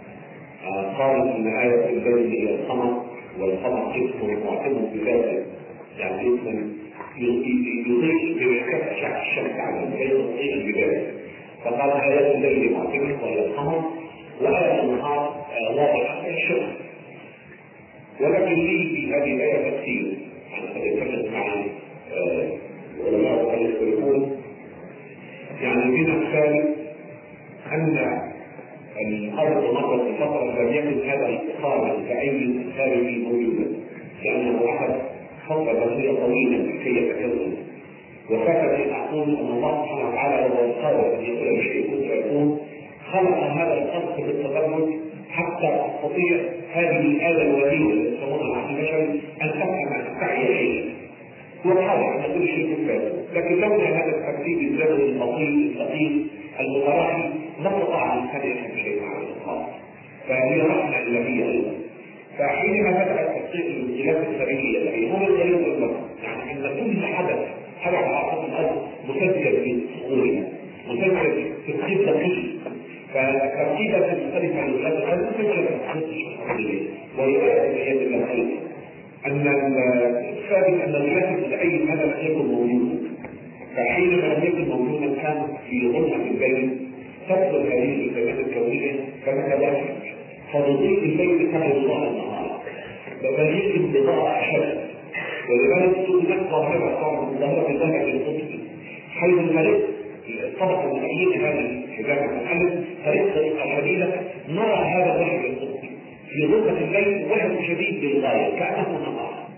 قال إن آية الليل هي القمر والقمر جسم معتم بذاته، يعني جسم يضيء بمحكمة أشعة الشمس على البيت يضيء بذاته. فقال آيات الليل معتمة وهي القمر، وآيات النهار واضحة الشمس. ولكن لي في هذه الآية تفسير، يعني قد يتفق معي العلماء وقد يختلفون. يعني من أمثال أن الأرض مرت بفترة لم يكن هذا الاستقامة كأي خارجي موجودا، لأنه أخذ فترة بصيرة طويلة لكي يتكلم. وفكر أن أقول أن الله سبحانه وتعالى وهو القادر أن يقول شيء كنت يكون خلق هذا الخلق بالتدرج حتى تستطيع هذه الآلة الوليدة التي يسمونها عقل البشري أن تفهم تعي شيئا. وقال أن كل شيء كفاية، لكن لولا هذا الترتيب الزمني البطيء الثقيل المتراخي نستطاع أن نفهم شيئا على الإطلاق. فهي رحمة إلهية أيضا. فحينما بدأ التفصيل الانقلاب الخارجية التي هو الغريب والمرض، يعني أن كل حدث حدث على سطح الأرض مسجل في صخورها، مسجل في الخطة دقيق. فتركيبة مختلفة عن الغلاف الأرض مسجل في الخطة الشخصية وهي آيات الله خير. أن الثابت أن الغلاف الأي هذا لم يكن موجودا، فحينما لم يكن موجودا كان في ظلمة الليل تفضل هذه الكائنات الكونية كمتلاحق، فنضيء الليل كما يضاء النهار، وبريق بضاء أشد. ولذلك توجد ظاهرة صارت ظاهرة الذهب القطبي، حيث الملك طبقا لتأييد هذه الحجاب المحلل طريقة شديدة نرى هذا الذهب القطبي في ظلمة الليل وهو شديد للغاية كأنه نهار.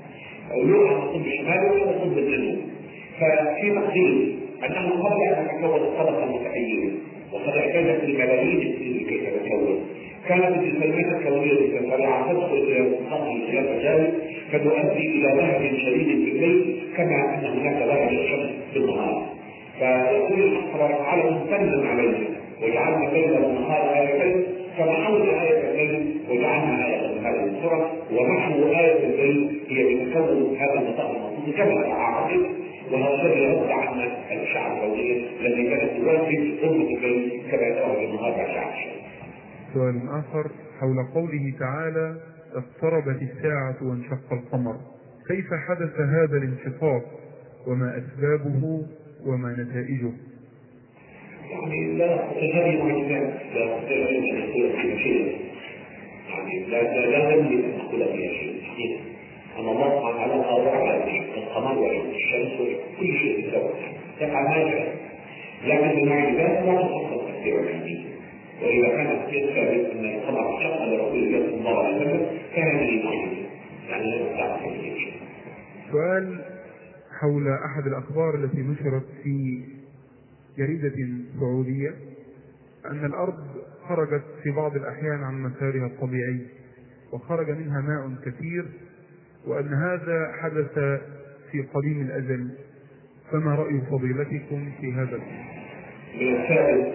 ولو على القطب الشمالي ولو القطب الجنوبي. ففي تقدير انه قبل ان تتكون الطبقه المتحيزه وقد احتاجت الملايين السنين كي تتكون، كانت الجسيمات الكونيه المتفرعه تدخل الى منطقه الخلاف ذلك فتؤدي الى لهب شديد في الليل كما ان هناك لهب الشمس في النهار. فيقول الحق تبارك وتعالى امتنا علينا وجعلنا الليل والنهار ايتين فمحونا آية الليل وجعلنا آية النهار مبصرة، ومحو آية الليل هي بتكون هذا النطاق المطلوب كما أعتقد، وهذا الذي يرد عنا الأشعة الكونية التي كانت تواجه أمة الليل كما تواجه النهار بأشعة الشمس. سؤال آخر حول قوله تعالى: اقتربت الساعة وانشق القمر، كيف حدث هذا الانشقاق وما أسبابه وما نتائجه؟ يعني لا هذه معجزات لا تستطيع ان تقول فيها شيء، يعني لا لا يملك ان تقول فيها شيء حقيقه. اما الله سبحانه وتعالى قادر على القمر والشمس وكل شيء يسوى يقع ما شاء، لكن المعجزات لا تخصص تفسير العلمي. واذا كانت ثابت ان القمر انشق لرسول الله صلى الله عليه وسلم كان هذه معجزه، يعني لا تستطيع فيها شيء. سؤال حول احد الاخبار التي نشرت في جريدة سعودية أن الأرض خرجت في بعض الأحيان عن مسارها الطبيعي وخرج منها ماء كثير، وأن هذا حدث في قديم الأزل، فما رأي فضيلتكم في هذا؟ من الثابت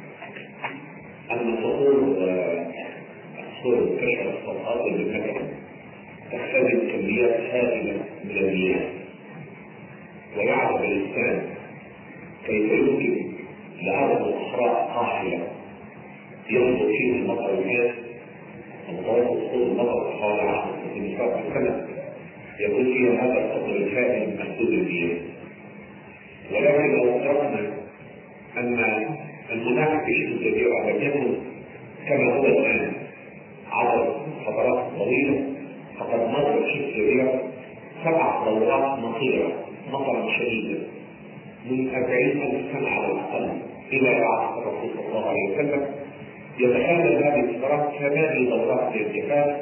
أن تصور تصور كشف الصفحات بالمكان تحتاج كميات هائلة من المياه، ويعرف الإنسان كيف يمكن لأرض أخرى قاحلة ينظر فيه المطر الماء المتوسط طول المطر حوالي عشرة سنتيمترات في السنة، يكون فيها هذا القدر الكامل من محدود المياه. ولكن لو افترضنا أن المناخ في شبه الجزيرة لم يكن كما هو الآن عبر فترات طويلة، فقد مر شبه الجزيرة سبع دورات مطيرة مطرا شديدا من أربعين ألف سنة على الأقل إلى عهد الرسول صلى الله عليه وسلم، يتخلل هذه الفترات ثماني دورات للارتفاع،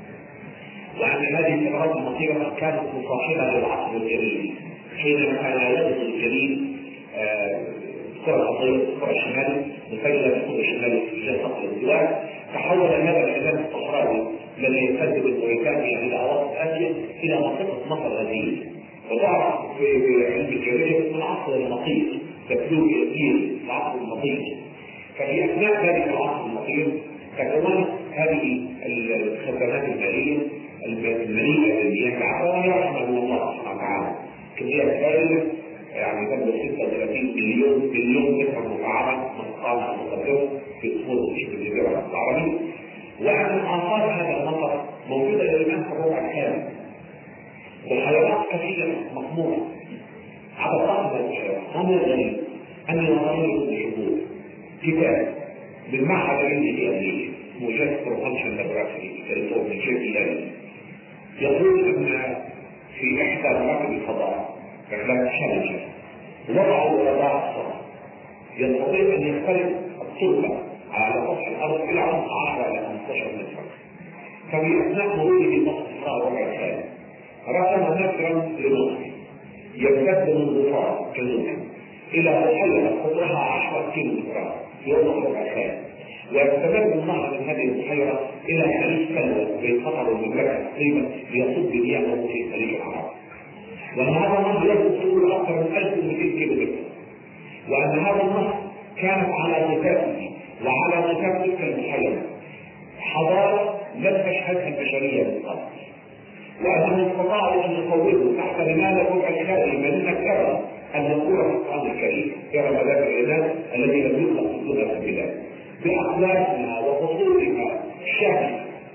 وأن هذه الفترات المطيرة كانت مصاحبة للعصر الجليدي حينما كان يدخل الجليد الكرة الأرضية الكرة الشمالي متجهة للقطب الشمالي في اتجاه خط الانزلاق، تحول هذا الحزام الصحراوي الذي يمتد من موريتانيا إلى أوسط آسيا إلى منطقة مصر الغزير، وتعرف في علم الجيولوجيا اسم العصر المطير، تبدو يسير العصر المطير. ففي اثناء ذلك العصر المطير تكونت هذه الخزانات الماليه المليئه بالمياه العذبه يرحمها الله سبحانه وتعالى كميات هائله، يعني تبلغ ستة وثلاثين مليون مليون متر مكعب مصطلح مقدر في اصول شبه الجزيره العربيه، وان اثار هذا المطر موجوده الى الان في الربع الخامس، وحيوانات كثيرة مطموعة على بعض الحيوانات. هم الغريب أن يظهروا بالشهور كتاب بالمعهد العلمي في أمريكا اسمه جاست بروفانشن لابراتوري في كاليفورنيا شرق يقول أن في إحدى مراكب الفضاء رحلات تشالنجر وضعوا رادار صغير يستطيع أن يخترق التربة على سطح الأرض إلى عمق عشرة إلى خمسة عشر متر، ففي أثناء مروره بسطح الربع الخامس رسم نسرا لمصر يمتد من ظفار جنوبا الى بحيره قطرها عشرة كيلو مترات في وسط الربع الخامس، ويستمر النهر من هذه البحيره الى خليج سلوى بين قطر والمملكه تقريبا ليصب مياهه في خليج العرب، وان هذا النهر يبلغ طوله اكثر من ألف ومئتين كيلو متر، وان هذا النهر كانت على ضفافه وعلى ضفاف تلك البحيره حضاره لم تشهدها البشريه من قبل، وأنهم استطاعوا أن يصوروا تحت رمال الربع الخالي مدينة كرم المذكورة في القرآن الكريم، كرم ذاك العناد الذي لم يخلق في لغة البلاد بأخلاقها وخصوصها الشامل.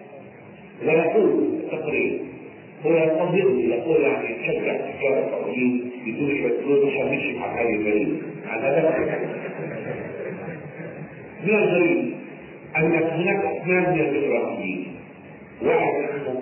ويقول التقرير هو يستظهر يقول يعني تشجع تجارة التقرير بدون شوية فلوس عشان نمشي مع هذه الغريب. من الغريب أن هناك اثنان من الإسرائيليين، واحد منهم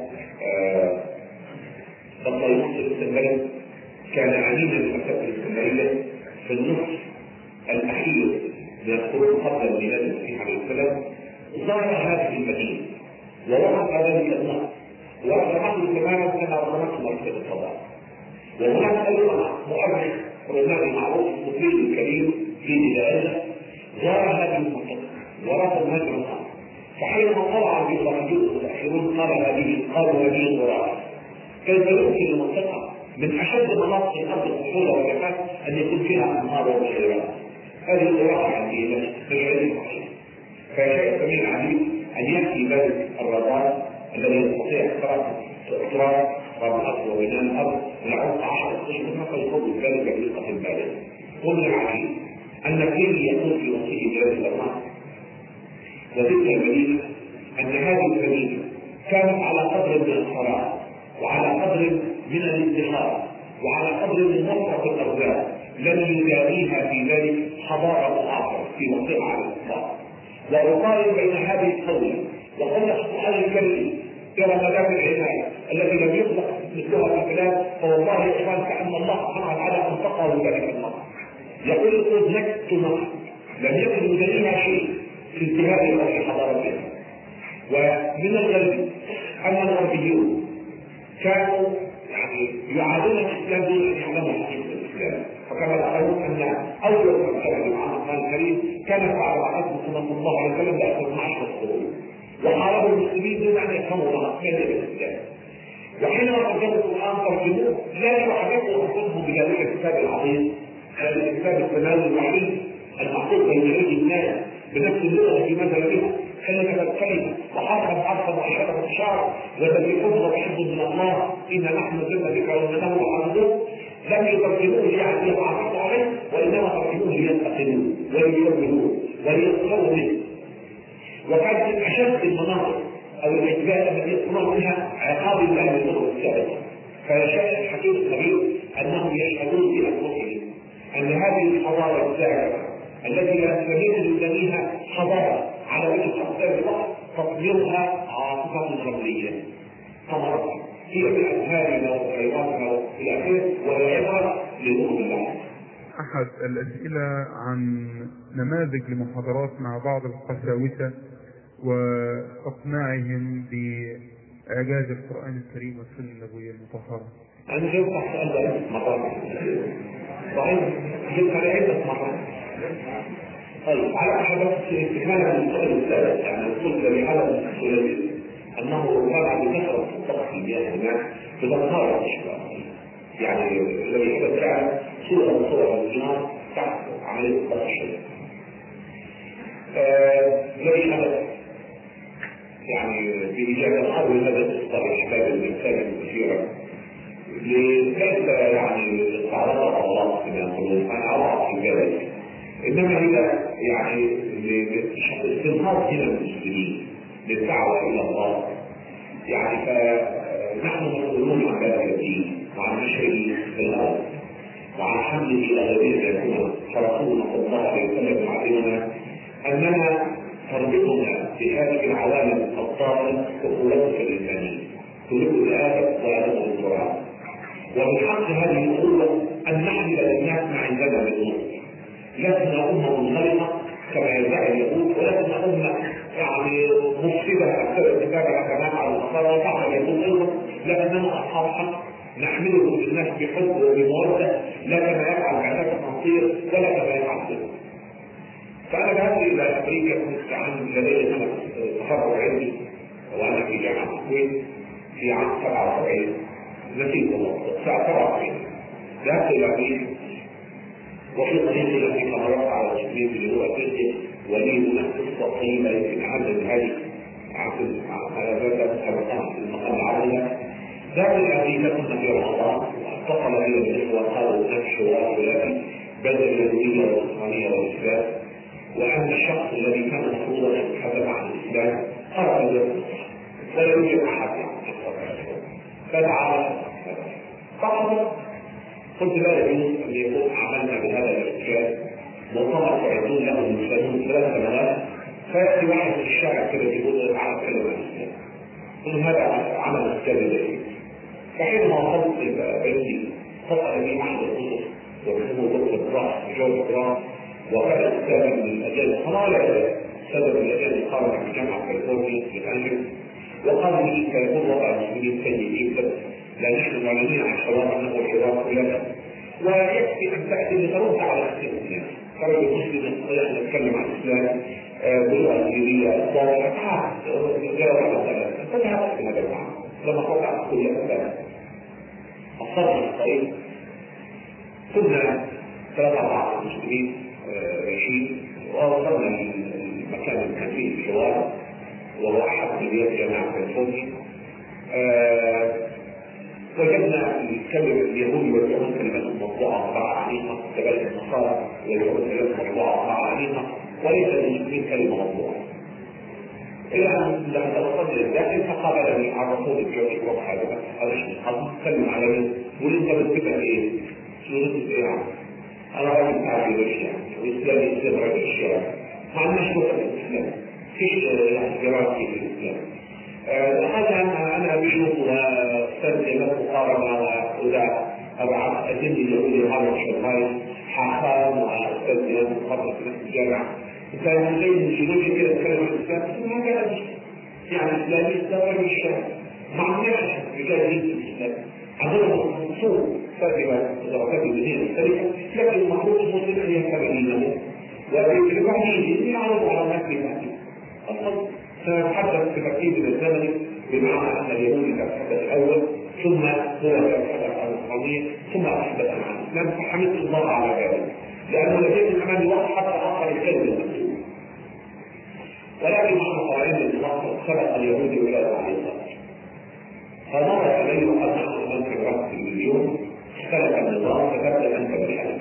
بطريقة الاسكندرية كان أمينا لمكتبة الاسكندرية في النصف الأخير من القرون قبل ميلاد المسيح عليه السلام، ظهر هذه المدينة ووقف ذلك النص والحمد لله كما رسمت مركز الفضاء. وهناك ايضا مؤرخ روماني معروف مفيد الكريم في بدايته زار هذه المنطقه ورأى المجرى، فحينما طلع الجغرافيون المتاخرون قال هذه قالوا هذه الغراب كيف يمكن المنطقه من اشد مناطق الارض الصحوله والجفاف ان يكون فيها انهار وبحيرات؟ هذه الغراب يعني مجالين صحيح. فشيء كمين عجيب ان ياتي ذلك الرادار الذي يستطيع اختراق راب الارض وبناء الارض لعمق عشرة اشهر حتى يصل ذلك بدقه بالغه. ومن العجيب ان الدين يقول في وصيه بلاد الارواح وتلك المدينه ان هذه المدينه كانت على قدر من الثراء وعلى قدر من الازدهار وعلى قدر من وفره الارزاق لم يجاريها في ذلك حضاره اخرى في منطقه على الاطلاق. وأقارن بين هذه القولة وقولة القرآن الكريم ترى مدام العناية التي لم يخلق مثلها في الكلام، فوالله يا إخوان كأن الله سبحانه وتعالى أنطقه ذلك الله. يقول خذ نكت مصر لم يكن يدريها شيء في انتهائها وفي حضارتها. ومن الغرب أن الغربيون كانوا يعني يعادون الإسلام دون أن يعلموا حقيقة الإسلام، فكما تعلمون أن أول من كان مع القرآن الكريم كانت بعد وفاة صلى الله عليه وسلم بأكثر من عشرة قرون، وحاربوا المسلمين دون أن يفهموا معنى الإسلام. وحينما ترجموا القرآن ترجموه لا يعرفوا أنفسهم بذلك الكتاب العظيم، هذا الكتاب السماوي الوحيد المحفوظ بين أيدي الناس بنفس اللغة التي نزل بها كلمة الكلمة وحرفا حرفا وعشرة الشعر وذلكم وحفظ من الله إن نحن نزلنا بك وإنه لحافظون. لم يترجموه يعني ليتعرفوا عليه وإنما ترجموه لينتقدوه وليشوهوه وليسخروا منه. وكانت من أشد المناطق أو الأجزاء التي يصنعون بها عقاب الله للأمم السابقة. فيشاء الحكيم الخبير أنهم يشهدون بأنفسهم أن هذه الحضارة الزاهرة التي لا يستمر لبنيها حضارة على وجه الأقدام الوقت تطميرها عاصفة رملية ثمرتها هي بأزهارنا وخيراتنا إلى آخره والعبرة لنور الله. أحد الأسئلة عن نماذج لمحاضرات مع بعض القساوسة وإقناعهم بإعجاز القرآن الكريم والسنة النبوية المطهرة. أنا جاوبت على السؤال ده عدة مرات. صحيح جبت عليه عدة مرات. طيب على أحد استكمالا من السؤال الثالث يعني قلت لهذا السؤال أنه كان بكثرة الضغط المياه هناك بضغطات الأشباه يعني الذي حدث كان صورة من صور الجنار تحت عملية الضغط الشديد. الذي حدث يعني بإجابة حول هذا الإصدار الحساب الإنسان كثيرا ليس يعني استعراض الله كما يقولون أنا أضع في ذلك، إنما هي يعني لاستنهاض هنا المسلمين للدعوة إلى الله. يعني فنحن مسؤولون عن هذا الدين وعن نشره في الأرض وعن حمله إلى غير ذاتنا. فرسولنا صلى الله عليه وسلم يعلمنا أننا تربطنا بهذه العوالم الطاهرة بقوتك الإنسانية تريد لآدم وآدم القرآن. ومن حق هذه القوة أن نحمل الناس ما عندنا من الأمور. لسنا أمة منغلقة كما يدعي اليهود، ولسنا أمة يعني مفسدة أكثر ارتكابها كما على النصارى وبعض اليهود أيضا، لكننا أصحاب حق نحملهم الناس بحب وبمودة لا كما يفعل بعثات التنصير ولا كما يفعل الظلم. فأنا ذهبت إلى أمريكا كنت عن لدي سنة تخرج علمي وأنا في جامعة الكويت في عام سبعة وسبعين نسيت والله الساعة سبعة وسبعين. ذهبت إلى أمريكا وفي طريقي التي تمرت على التكليف اللي هو تلك ولي نفس الصحيحة يمكن أعمل هذه عقل على ذلك في المقام العربية. ذهبت إلى أمريكا كنا في رمضان واتصل بي الإخوة قالوا هناك حوار ولكن بين اليهودية والعثمانية والإسلام، وأن الشخص الذي كان مفروضا يتحدث عن الإسلام خرج ولا يوجد أحد فدعا فقط. قلت لا يجوز أن يكون عملنا بهذا الاشكال مؤتمر تعدون له المسلمون ثلاث سنوات فيأتي واحد في الشارع كده يقول على كلمة الإسلام. قلت هذا عمل كذب. فحينما وصلت إلى بيتي فقط لي أحد الكتب واسمه دكتور براس جورج براس وكان كتابا من الأجيال الصناعية سبب الأجيال القارة في جامعة كاليفورنيا في أنجلس. وقالوا لي سيكون وضع المسلمين سيء جدا لا نحن معلنين عن حوار انه حوار كلنا، ويكفي ان تاتي لترد على الاسلام. فرد مسلم يستطيع ان يتكلم عن الاسلام باللغه الانجليزيه الصالحه جاوب على ذلك انتهى في هذا المعنى لما قطع كل الاسباب. الصبر الصحيح كنا ثلاثة أربعة مسلمين عايشين ووصلنا للمكان اللي كان فيه الحوار وهو أحد كليات جامعة الفوزي. وجدنا يتكلم اليهود واليهود كلمات موضوعة مع عميقة، كذلك النصارى واليهود كلمات موضوعة مع عميقة، وليس للمسلمين كلمة موضوعة. إلى أن لما توصلنا للداخل فقابلني عرفوني الجوي الوقت هذا بس هذا الشيء قد تكلم على مين؟ ولنت بتبقى إيه؟ سورة إيه؟ أنا راجل تعبير الشيء والإسلام يسلم راجل الشيء ما عندناش وقت الإسلام فيش جرائم في الإسلام. هذا أنا بشوفها استخدمت مقارنة وإذا أبعث أدلة يقول هذا الشيء حاخام واستخدمت مقارنة في الجامعة كان زي الجنوبي كده يتكلم عن الإسلام ما كان يعني الإسلامي استوعب الشيء ما عندناش رجال دين في الإسلام عندنا مخصوص ترجمة دراسات الدين المختلفة، لكن المفروض المسلم أن يهتم دينه وفي بعض الدين يعرض على نفسه ذاته. أصلا سنتحدث في ترتيب الزمني بمعنى أن اليهود يتحدث الأول ثم هو يتحدث عن القومية ثم يتحدث عن الإسلام، فحمدت الله على ذلك لأنه لديه كمان الوقت حتى آخر الكلمة المسلمة. ولكن مع القرآن الوقت سبق اليهود ولاده عليه الصلاة فمر عليه وقد نحن في الوقت اليوم اختلف النظام فتبدأ أنت بالحديث.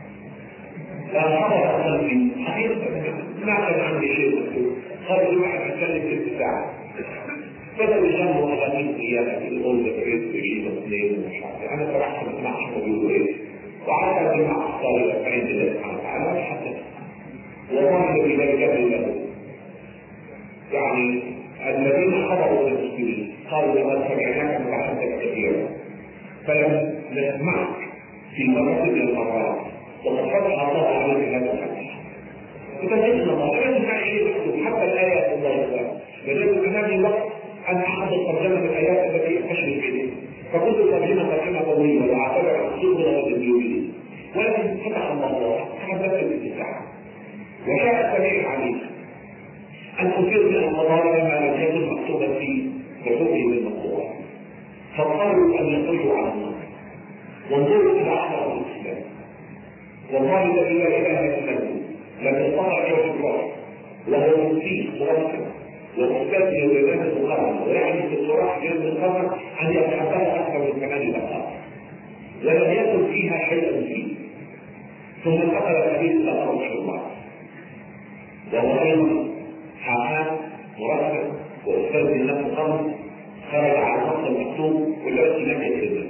فحضر أصلا في حقيقة نعلم عن شيء مكتوب قال الواحد يتكلم ست ساعات بدأوا يجمعوا أغاني زيادة في الأول بريد ويجيب اثنين ومش عارف أنا صراحة ما سمعتش بيقولوا إيه وعلى أجمع أفضل الأربعين لله سبحانه وتعالى وحدث والله الذي لا يجب له يعني الذين حضروا المسلمين قالوا لقد سمعناك متحدث كثيرا فلم نسمعك في مرات من المرات وقد فتح الله عليك هذا الفتح. فتجدنا الله لا يسمع شيء مكتوب حتى الآيات الله تعالى لذلك أمامي وقت أن أحدث ترجمة الآيات التي أكتشف فيها فكنت ترجمة ترجمة طويلة وأعتبر عن صدر الدنيويين ولكن فتح الله تحدثت بالاتساع وشاء السميع عليك أن أثير من القضايا ما لم يكن مكتوبا في حقوقهم المقروءة فاضطروا أن يخرجوا عن النار وانظروا إلى أحوال الإسلام والله الذي لا إله إلا هو لم يستطع جوز الله وهو مفيد مرتب ومستثمر لذات المقارنة ويعني في الصراحة جوز المقارنة أن يتحدث أكثر من ثمان دقائق ولم يكن فيها شيء فيه ثم انتقل الحديث إلى أرض الله وهو أيضا حاكم مرتب وأستاذ لنفس القرن خرج على الخط المكتوب والتي لم يتم.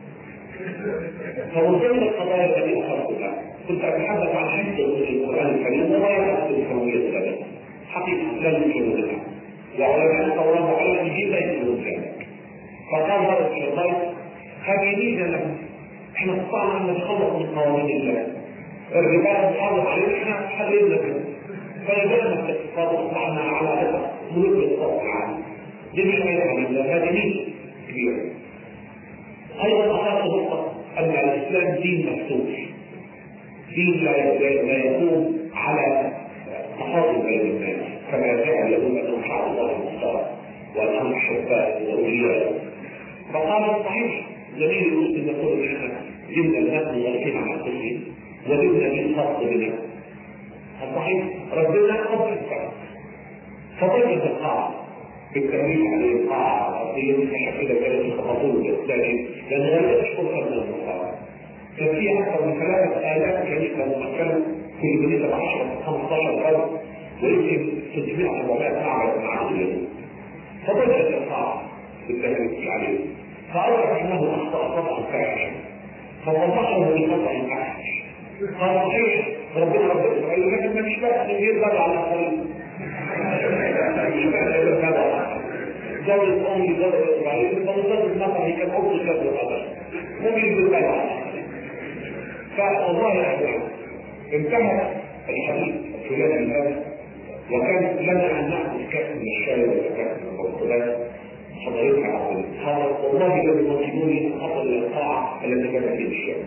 فمن ضمن القضايا التي أخذتها كنت أتحدث عن حفظ القرآن الكريم وما يحدث الكونية السابقة حقيقة لا يمكن لها وعلماء التوراة وعلماء الإنجيل لا يمكن ذلك. فقال هذا الشيطان هذه ميزة لهم احنا استطعنا أن نتخلص من قوانين الله الرجال محافظ عليه احنا حللنا به فيبدأنا الاقتصاد واصبحنا على أثر ملوك الاقتصاد العالمي جميع ما يفعل الله هذه ميزة كبيرة. أيضا أخذت نقطة أن الإسلام دين مفتوح دين لا يقوم على تفاضل بين الناس كما جاء يقول أنهم شعب الله المختار وأنهم أحباء وأولياء. فقال صحيح جميل المسلم يقول ان احنا جبنا الناس مغلقين على انفسهم وجبنا من خاص بنا. الصحيح ربنا قبل الفرق فضيت القاعة بالتأمين عليه القاعة الأرضية متشكلة كانت الخطوط الإسلامي لأنه لا تشكر فرد المصارى. كان في أكثر من ثلاثة آلاف كنيسة ممكنة كل كنيسة بعشرة خمسة عشر فرد ويمكن ستمائة أربعمائة معبد مع اليهود. فضيت القاعة بالتأمين عليه فأعرف أنه أخطأ خطأ فاحشا فوضحه بخطأ فاحش. قال صحيح ربنا رب إسرائيل لكن ما مش بقى من يرضى على الطريق مش بقى يرضى زوج الأم لزوج إسرائيل فوضحه النظر كان أفضل شاب القدر ممكن يرضى على الطريق. فالله يحضر انتهى الحديث الثلاثي هذا وكان لنا أن نأخذ كأس من الشاي والكأس من البرتقال حضرتها عظيم. هذا والله الذي يوصلوني أفضل القاعة التي كانت في الشام.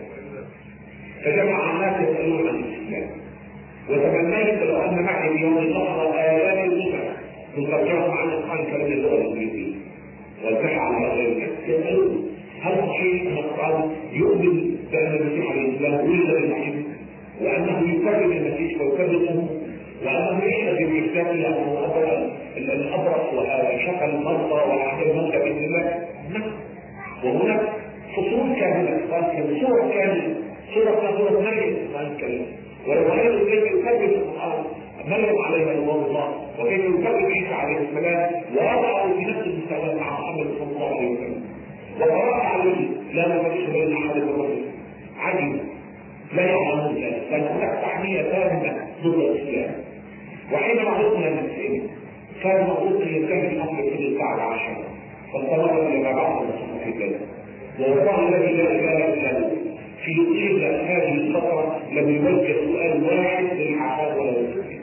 فجمع الناس يسألون عن الإسلام، وتمنيت لو أن معي اليوم لحظة آلاف النسخ تترجم عن القرآن الكريم اللغة الإنجليزية، والتحى على غير الناس يسألون هل صحيح أن القرآن يؤمن بأن المسيح عليه السلام ولد بالمسيح، وأنه يكذب المسيح ويكذبه، وأنه يشهد بالإسلام لأنه أبرأ الأبرص وشفى المرضى وأحيا الموتى بإذن الله؟ نعم. وهناك فصول كاملة في القرآن الكريم، سورة كاملة، سورة سورة مريم في القرآن الكريم، وروايات كيف يكذب القرآن مريم عليها رضوان الله، وكيف يكذب عيسى عليه السلام، ووضعه في نفس المستوى مع محمد صلى الله عليه وسلم، وقرأ عليه لا نفرق بين أحد من الرسل. عجيب لا يعلمون ذلك، بل هناك تحمية تامة ضد الإسلام. وحينما عرفنا المسلمين كان المفروض ان ينتهي الامر في الساعه العاشره، فاستمر الى ما بعد الرسول في ذلك. والله الذي لا اله الا هو في طيله هذه الفتره لم يوجه سؤال واحد للحساب ولا للسؤال.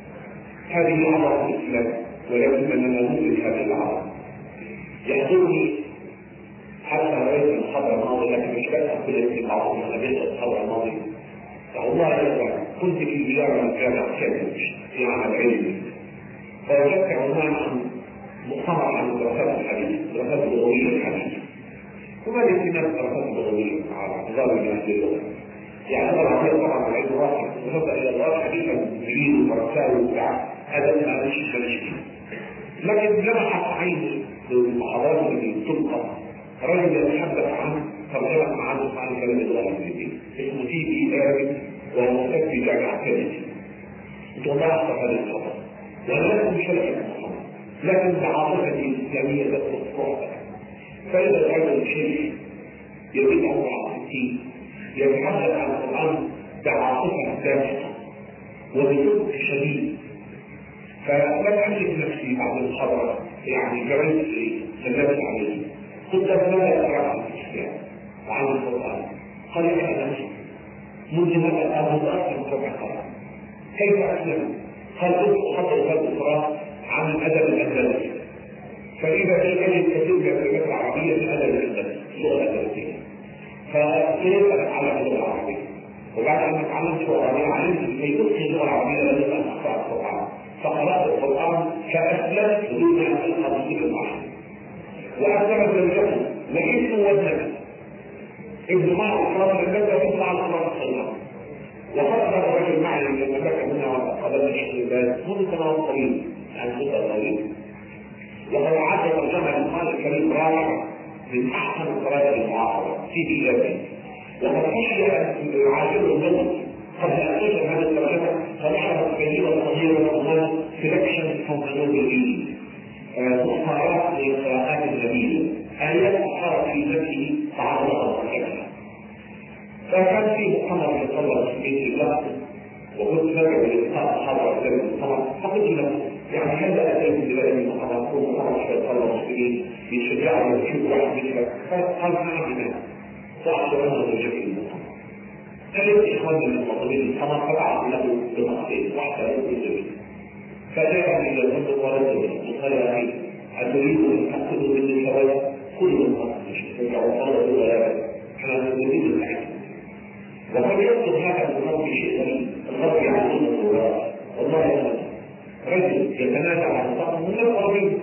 هذه عظمه الاسلام، ولكن اننا ندرك هذه العظمه. يحضرني حتى رايت الخبر الماضي، لكن مش بس كل في بعض من قبل الخبر الماضي. والله يا اخوان كنت في زياره من جامعه كامبريدج في معهد علمي، فوجدت عنوان عن مؤتمر عن دراسات الحديث، دراسات اللغويه الحديث. وما الاهتمام بالدراسات اللغويه على اعتبار الناس للغه؟ يعني اللغه العربيه طبعا العلم واحد، ونبدا الى اللغات حديثا جديد وفرنساوي وبتاع، هذا ما مش شيء. لكن لمحت عيني بالمحاضرات التي تلقى رجل يتحدث عن ترجمه معاني القران الكريم اللغه الانجليزيه، اسمه تي بي اري، وهو مستشفى في جامعه كامبريدج. كنت والله احضر هذه الخبر، وانا لست بشركه محمد، لكن بعاطفتي الاسلاميه تدخل روحك. فاذا الرجل شيخ يزيد عمره على ستين يتحدث عن القران بعاطفه دافئه وبصدق شديد، فلم املك نفسي بعد المحاضره، يعني جريت سلمت عليه، قلت له ماذا اقرا عن الاسلام وعن القران؟ قال لي انا مسلم منذ متى اخذ اكثر من ربع قرن. كيف اسلم؟ قال كنت احضر هذا القران عن الادب الاندلسي، فاذا في كلمه كثير من الكلمات العربيه في الادب الاندلسي، اللغه الاندلسيه، فكيف اتعلم اللغه العربيه؟ وبعد ان اتعلمت اللغه العربيه علمت كي اتقن اللغه العربيه لازم ان اقرا القران، فقرات القران فاسلمت بدون ان القى بشيء واحد. واسلمت زوجته واسمه وابنته ابن معه اقرار الماده يطلع على اقرار الصلاه، وحضر الرجل معي لما بكى منها وقبلنا الشهادات منذ سنوات طويله عن مده طويله، وقد عاد ترجمه القران الكريم رائعه من احسن القراءات المعاصره في بلاده، وقد خشي ان يعاشره النظر قبل ان تنشر هذه الترجمه، فنشرت كلمه صغيره تسمى سيلكشن فروم ذا نوبل، مختارات للقراءات الجميله، ايات اخرى في نفسه تعرضت لها. فكان في مؤتمر يتصور في بيت الله، وكنت فاكر بلقاء اصحاب ذلك المؤتمر، فقلت له يعني هذا اتيت بهذا المؤتمر، هو مؤتمر شيطان المسلمين يشجعوا ويشوفوا واحد مثلك، فقال نعم بنا واحضر انه بشكل المؤتمر. ثلاث اخوان من المنظمين المؤتمر فبعث له بنقطتين، واحده له وزوجته، فجاء الى الفندق ورد وقال يا اخي اتريد ان تاخذوا مني شرايط كل الناس مش ترجعوا الله ولا احنا نريد الحكمه. وقد يصدق هذا الغرب شيء غريب، الغرب يعلمون التوراه، والله يعلم رجل يتنازع عن الطاقه من الغربين،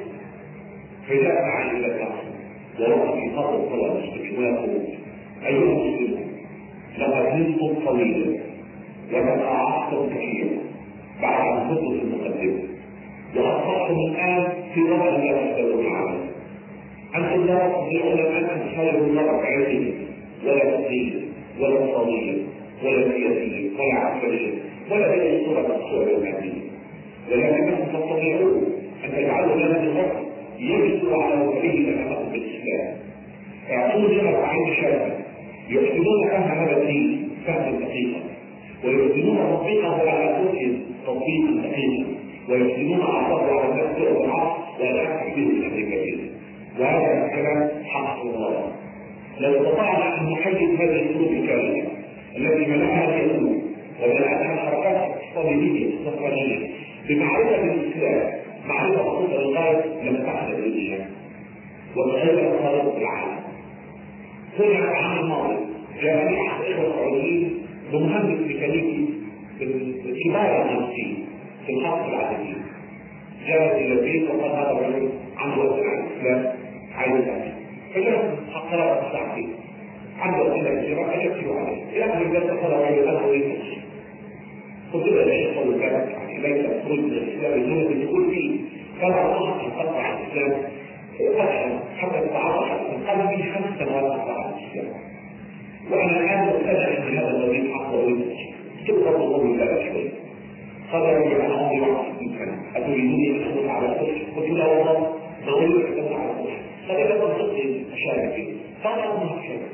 فجاء معي الى الكعبه ورأى في خط الصلاه استكماله: ايها المسلمون، لقد نمتم طويلا ولقد اعصتم كثيرا بعد ان كنتم في المقدمه، واصبحتم الان في وضع لا تقدرون عليه. انتم لا تستطيعون ان تتخيلوا الله بعلمه ولا تقديره ولا اقتصاديا ولا سياسيا ولا عسكريا ولا باي صوره من الصور الماديه، ولكنكم تستطيعون ان تجعلوا هذا الوقت يجد على وجهه امامكم بالاسلام. اعطوه جهه عين شابه يحسنون فهم هذا الدين فهما دقيقا، ويحسنون تطبيقه على انفسهم تطبيقا دقيقا، ويحسنون عرضه على الناس بالعصر والاكثر به الامريكيه. وهذا الكلام حق الله. لو استطعنا ان نحدد هذه الظروف الكامله التي منعها اليهود ومنعها الحركات الاقتصاديه النصرانيه بمعرفه الاسلام معرفه خطر الغايه لم تحدث الاسلام. طريقة خارقة في العالم. سمع العام الماضي جاء أحد الإخوة السعوديين بمهندس ميكانيكي بالكبار المهندسين في الخط العالمي، جاء إلى البيت وقال هذا الرجل عنده أسئلة عن الإسلام عايز يسأل، فجاء قرأت الساعتين عنده أسئلة كثيرة أجبت عليه، في آخر الجلسة قال الرجل أنا أريد أسأل. قلت له ليش قول ذلك؟ يعني ليس كل الإسلام الجنة اللي يقول فيه فلا أصح أن تقطع الإسلام فتحا حتى تتعرف قال لي خمس سنوات أقطع الإسلام، وأنا الآن مقتنع أن هذا الذي حق ويسر تبقى تقول ذلك شوي. قال لي أنا عمري واحد وستين سنة أتريدني أن أموت على الكفر؟ قلت له والله ما أريد أن أموت على الكفر. قال إذا تنصدني أشارك فيه. قال أنا أشارك.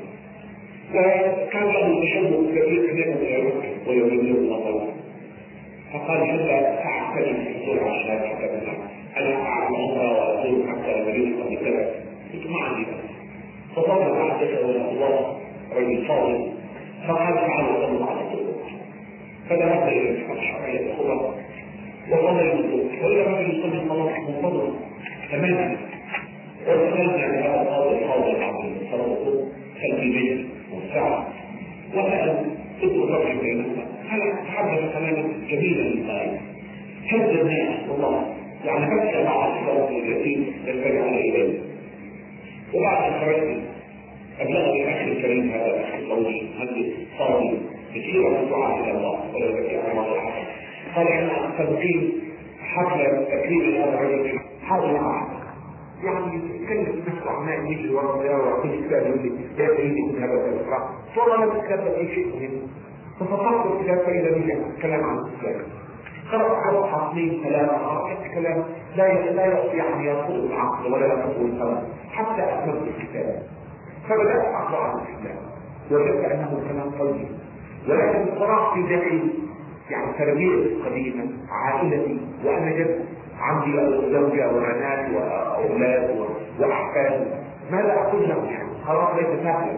وكان له تشبه كبير كبير ويبين الله. فقال هلا أعتني في الصورة عشان حتى منها أنا أعلم أمرا وأقول حتى مريض قبل كذا قلت ما عندي بس. فطلب عدته ولا الله رجل صادق فقال تعالوا صلوا على الصدق. فذهبت إلى الحكم الشرعية الخبر وصلى الوضوء وإذا ما يصلي صلاة منتظمة تماما. وسألنا عن هذا القاضي القاضي العظيم صلى الوضوء خلفي بيت والساعة وسأل ابن الرجل بينهما هل تحدث كلاما جميلا للغاية هز الناس والله يعني فكر مع الصوت اليتيم يتبع اليه. وبعد خرجت ابلغني اخي الكريم هذا الاخ الطويل مهندس صادق كثيرا من الدعاء الى الله ولا يبكي على الله احد. قال احنا سابقين حفله تكريم هذا الرجل حاضر معه يعني يتكلم نفسه عمال يجري ورا الطياره وكل كتاب يقول لي يا سيدي كنت هذا الاسراء والله لا تتكلم اي شيء مهم. ففكرت الكتاب فإذا بي كلام عن الإسلام قرأت على حاصلين ثلاثة أربعة كلام لا لا يعني يرفض العقل ولا يرفض الفهم حتى أكملت الكتاب. فبدأت أقرأ عن الإسلام وجدت أنه كلام طيب ولكن قرأت في ذهني يعني تربية قديمة عائلتي وأنا جد عندي زوجة وبنات وأولاد وأحفاد ماذا أقول لهم يعني قرار ليس سهلا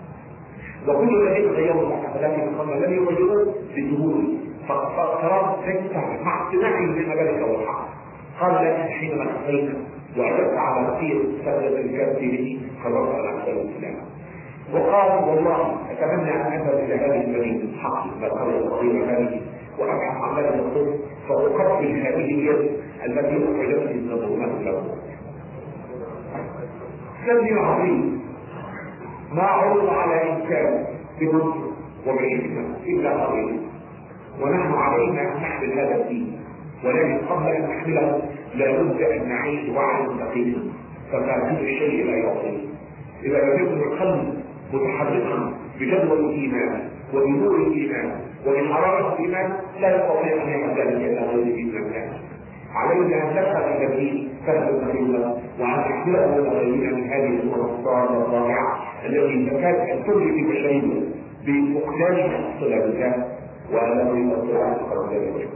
وكل الذين غيروا ولكن الخمر لم يغيروه بجهوده فقرار ليس سهلا مع اقتناعي بمبادئ والحق. قال لكن حينما أخذنا وعرفت على بقية سبب الكافر به قررت على أكثر الإسلام. وقال والله أتمنى أن أذهب إلى هذه المدينة الحق بالقرية الصغيرة هذه وأبحث عن ماذا نقول فأقبل هذه اليد التي أخرجتني من الظلمات له. سلمي عظيم ما عرض على إنسان بنصر وبحكمة إلا قليلا ونحن علينا أن نحمل هذا الدين ولكن قبل أن نحمله لابد أن نعيش وعيا دقيقا فترتيب الشيء لا يعطيه. إذا لم يكن القلب متحركا بجدول الإيمان وبنور الإيمان وبحرارة الإيمان لا يستطيع أن يعمل ذلك إلا غير بإذن الله. علينا أن ندخل إلى الدين فهما قليلا وأن نحمله الغيرين من هذه المنصات الرائعة التي تكاد أن تدرك بشيء بفقدان الصلة بالله وأنه يؤثر على القلب.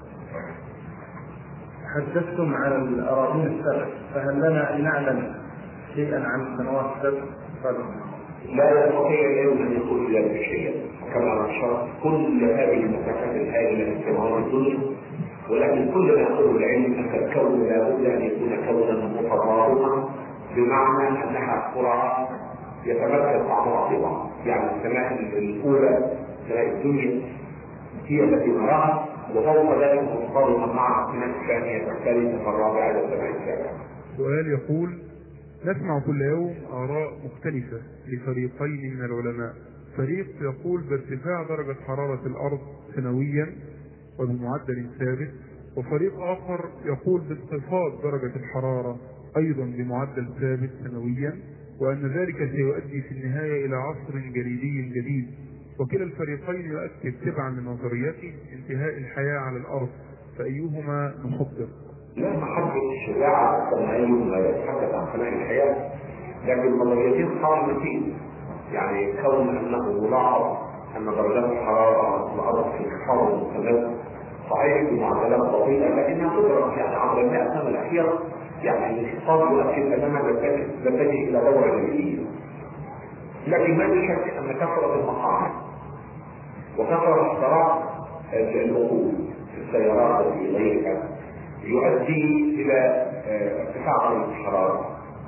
حدثتم عن الأراضين السبع فهل لنا أن نعلم شيئا عن السنوات السبع؟ لا يستطيع اليوم أن يقول ذلك شيئا كما نشرت كل هذه المسافات الهائلة في السماوات الدنيا ولكن كل ما يقول العلم أن الكون لا بد أن يكون كونا متضاربا بمعنى أنها قرى يتمثل بعضها في بعض يعني السماء الأولى سماء الدنيا هي التي نراها وفوق ذلك متضاربا مع السماء الثانية الثالثة الرابعة إلى السماء السابعة. سؤال يقول نسمع كل يوم آراء مختلفة لفريقين من العلماء. فريق يقول بارتفاع درجة حرارة الأرض سنويا وبمعدل ثابت وفريق آخر يقول بانخفاض درجة الحرارة أيضا بمعدل ثابت سنويا وأن ذلك سيؤدي في النهاية إلى عصر جليدي جديد. وكلا الفريقين يؤكد تبعا لنظريته انتهاء الحياة على الأرض فأيهما نفضل؟ لا محبة الشجاعة كما أيهما يتحدث عن فناء الحياة لكن النظريتين صارمتين يعني كون أنه ملاحظ أن درجات الحرارة على الأرض في انخفاض مستمر صحيح بمعدلات بطيئة لكنها تدرك يعني عبر المئة سنة الأخيرة يعني الانخفاض يؤكد أننا نتجه إلى دورة جديدة. لكن ما في شك أن كثرة المصانع وكثرة اختراع الوقود في السيارات وفي غيرها يؤدي إلى ارتفاع درجة الحرارة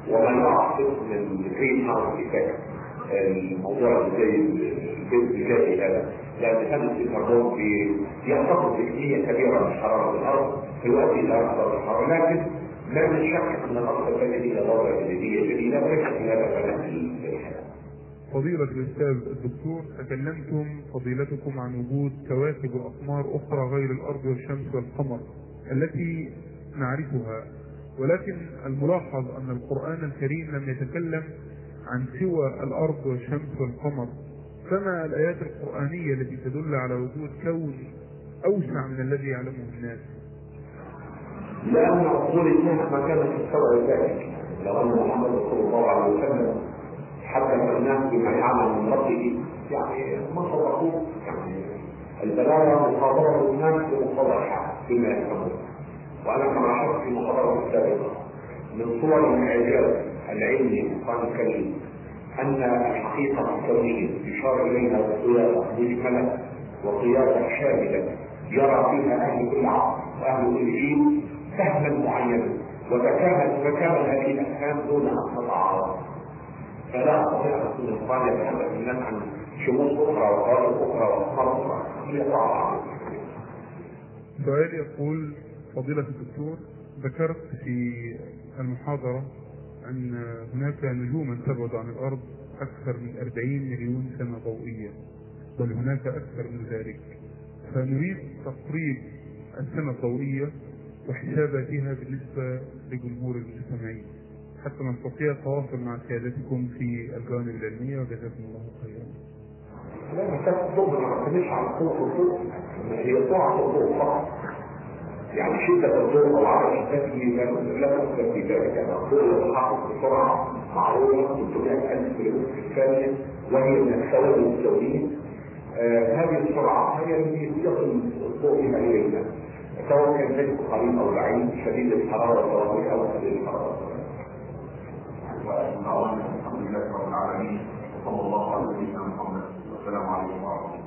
ومن يعرف اسم الجرين هاوس ايفكت، الموضوع اللي زي البيت الذاتي هذا، لان هذا الكربون بيحتفظ بكميه كبيره من حراره الارض في الوقت اللي ارتفع الحراره، لكن لا من شك ان الارض الجليديه ضاره جليديه جديده وليست من هذا المنهج للحياه. فضيلة الأستاذ الدكتور، تكلمتم فضيلتكم عن وجود كواكب وأقمار أخرى غير الأرض والشمس والقمر التي نعرفها، ولكن الملاحظ أن القرآن الكريم لم يتكلم عن سوى الأرض والشمس والقمر، فما الآيات القرآنية التي تدل على وجود كون أوسع من الذي يعلمه الناس؟ لأن عقول الناس ما كانت تستوعب ذلك. لو أن محمد صلى الله عليه وسلم حدث الناس بما يعلم من ربه يعني ما صدقوه. يعني البلاغة مخاطرة الناس بمقتضى الحال بما يفهمون. وأنا كما أشرت في محاضرة السابقة من صور الإعجاز العلمي القرآن الكريم أن الحقيقة الكونية يشار إليها قيادة مجملة وقيادة شاملة يرى فيها أهل كل عصر وأهل كل جيل فهما معينا، وتكامل تكامل هذه الأفهام دون أن تتعارض. فلا أستطيع أن أقول القرآن يتحدث الناس عن شموس أخرى وقوائم أخرى وأخبار أخرى هي صعبة. سؤال يقول: فضيلة الدكتور، ذكرت في المحاضرة أن هناك نجوما تبعد عن الأرض أكثر من أربعين مليون سنة ضوئية، بل هناك أكثر من ذلك، فنريد تقريب السنة الضوئية وحساباتها بالنسبة لجمهور المستمعين حتى نستطيع التواصل مع سيادتكم في الجوانب العلمية، وجزاكم الله خيرا. لا مسافة الضوء ما تعتمدش على قوة الضوء، هي سرعة الضوء فقط. يعني شدة الضوء أو عدد شدته لا تذكر في ذلك. يعني الضوء يتحقق بسرعة معروفة ثلاثمائة ألف كيلومتر في الثانية، وهي من الثوابت الكونية. آه هذه السرعة هي التي يصل الضوء بها إلينا، سواء كان ذلك قريب أو بعيد، شديد الحرارة والتوابع أو قليل الحرارة. الحمد لله رب العالمين، وصلى الله على سيدنا محمد، والسلام عليكم ورحمة الله.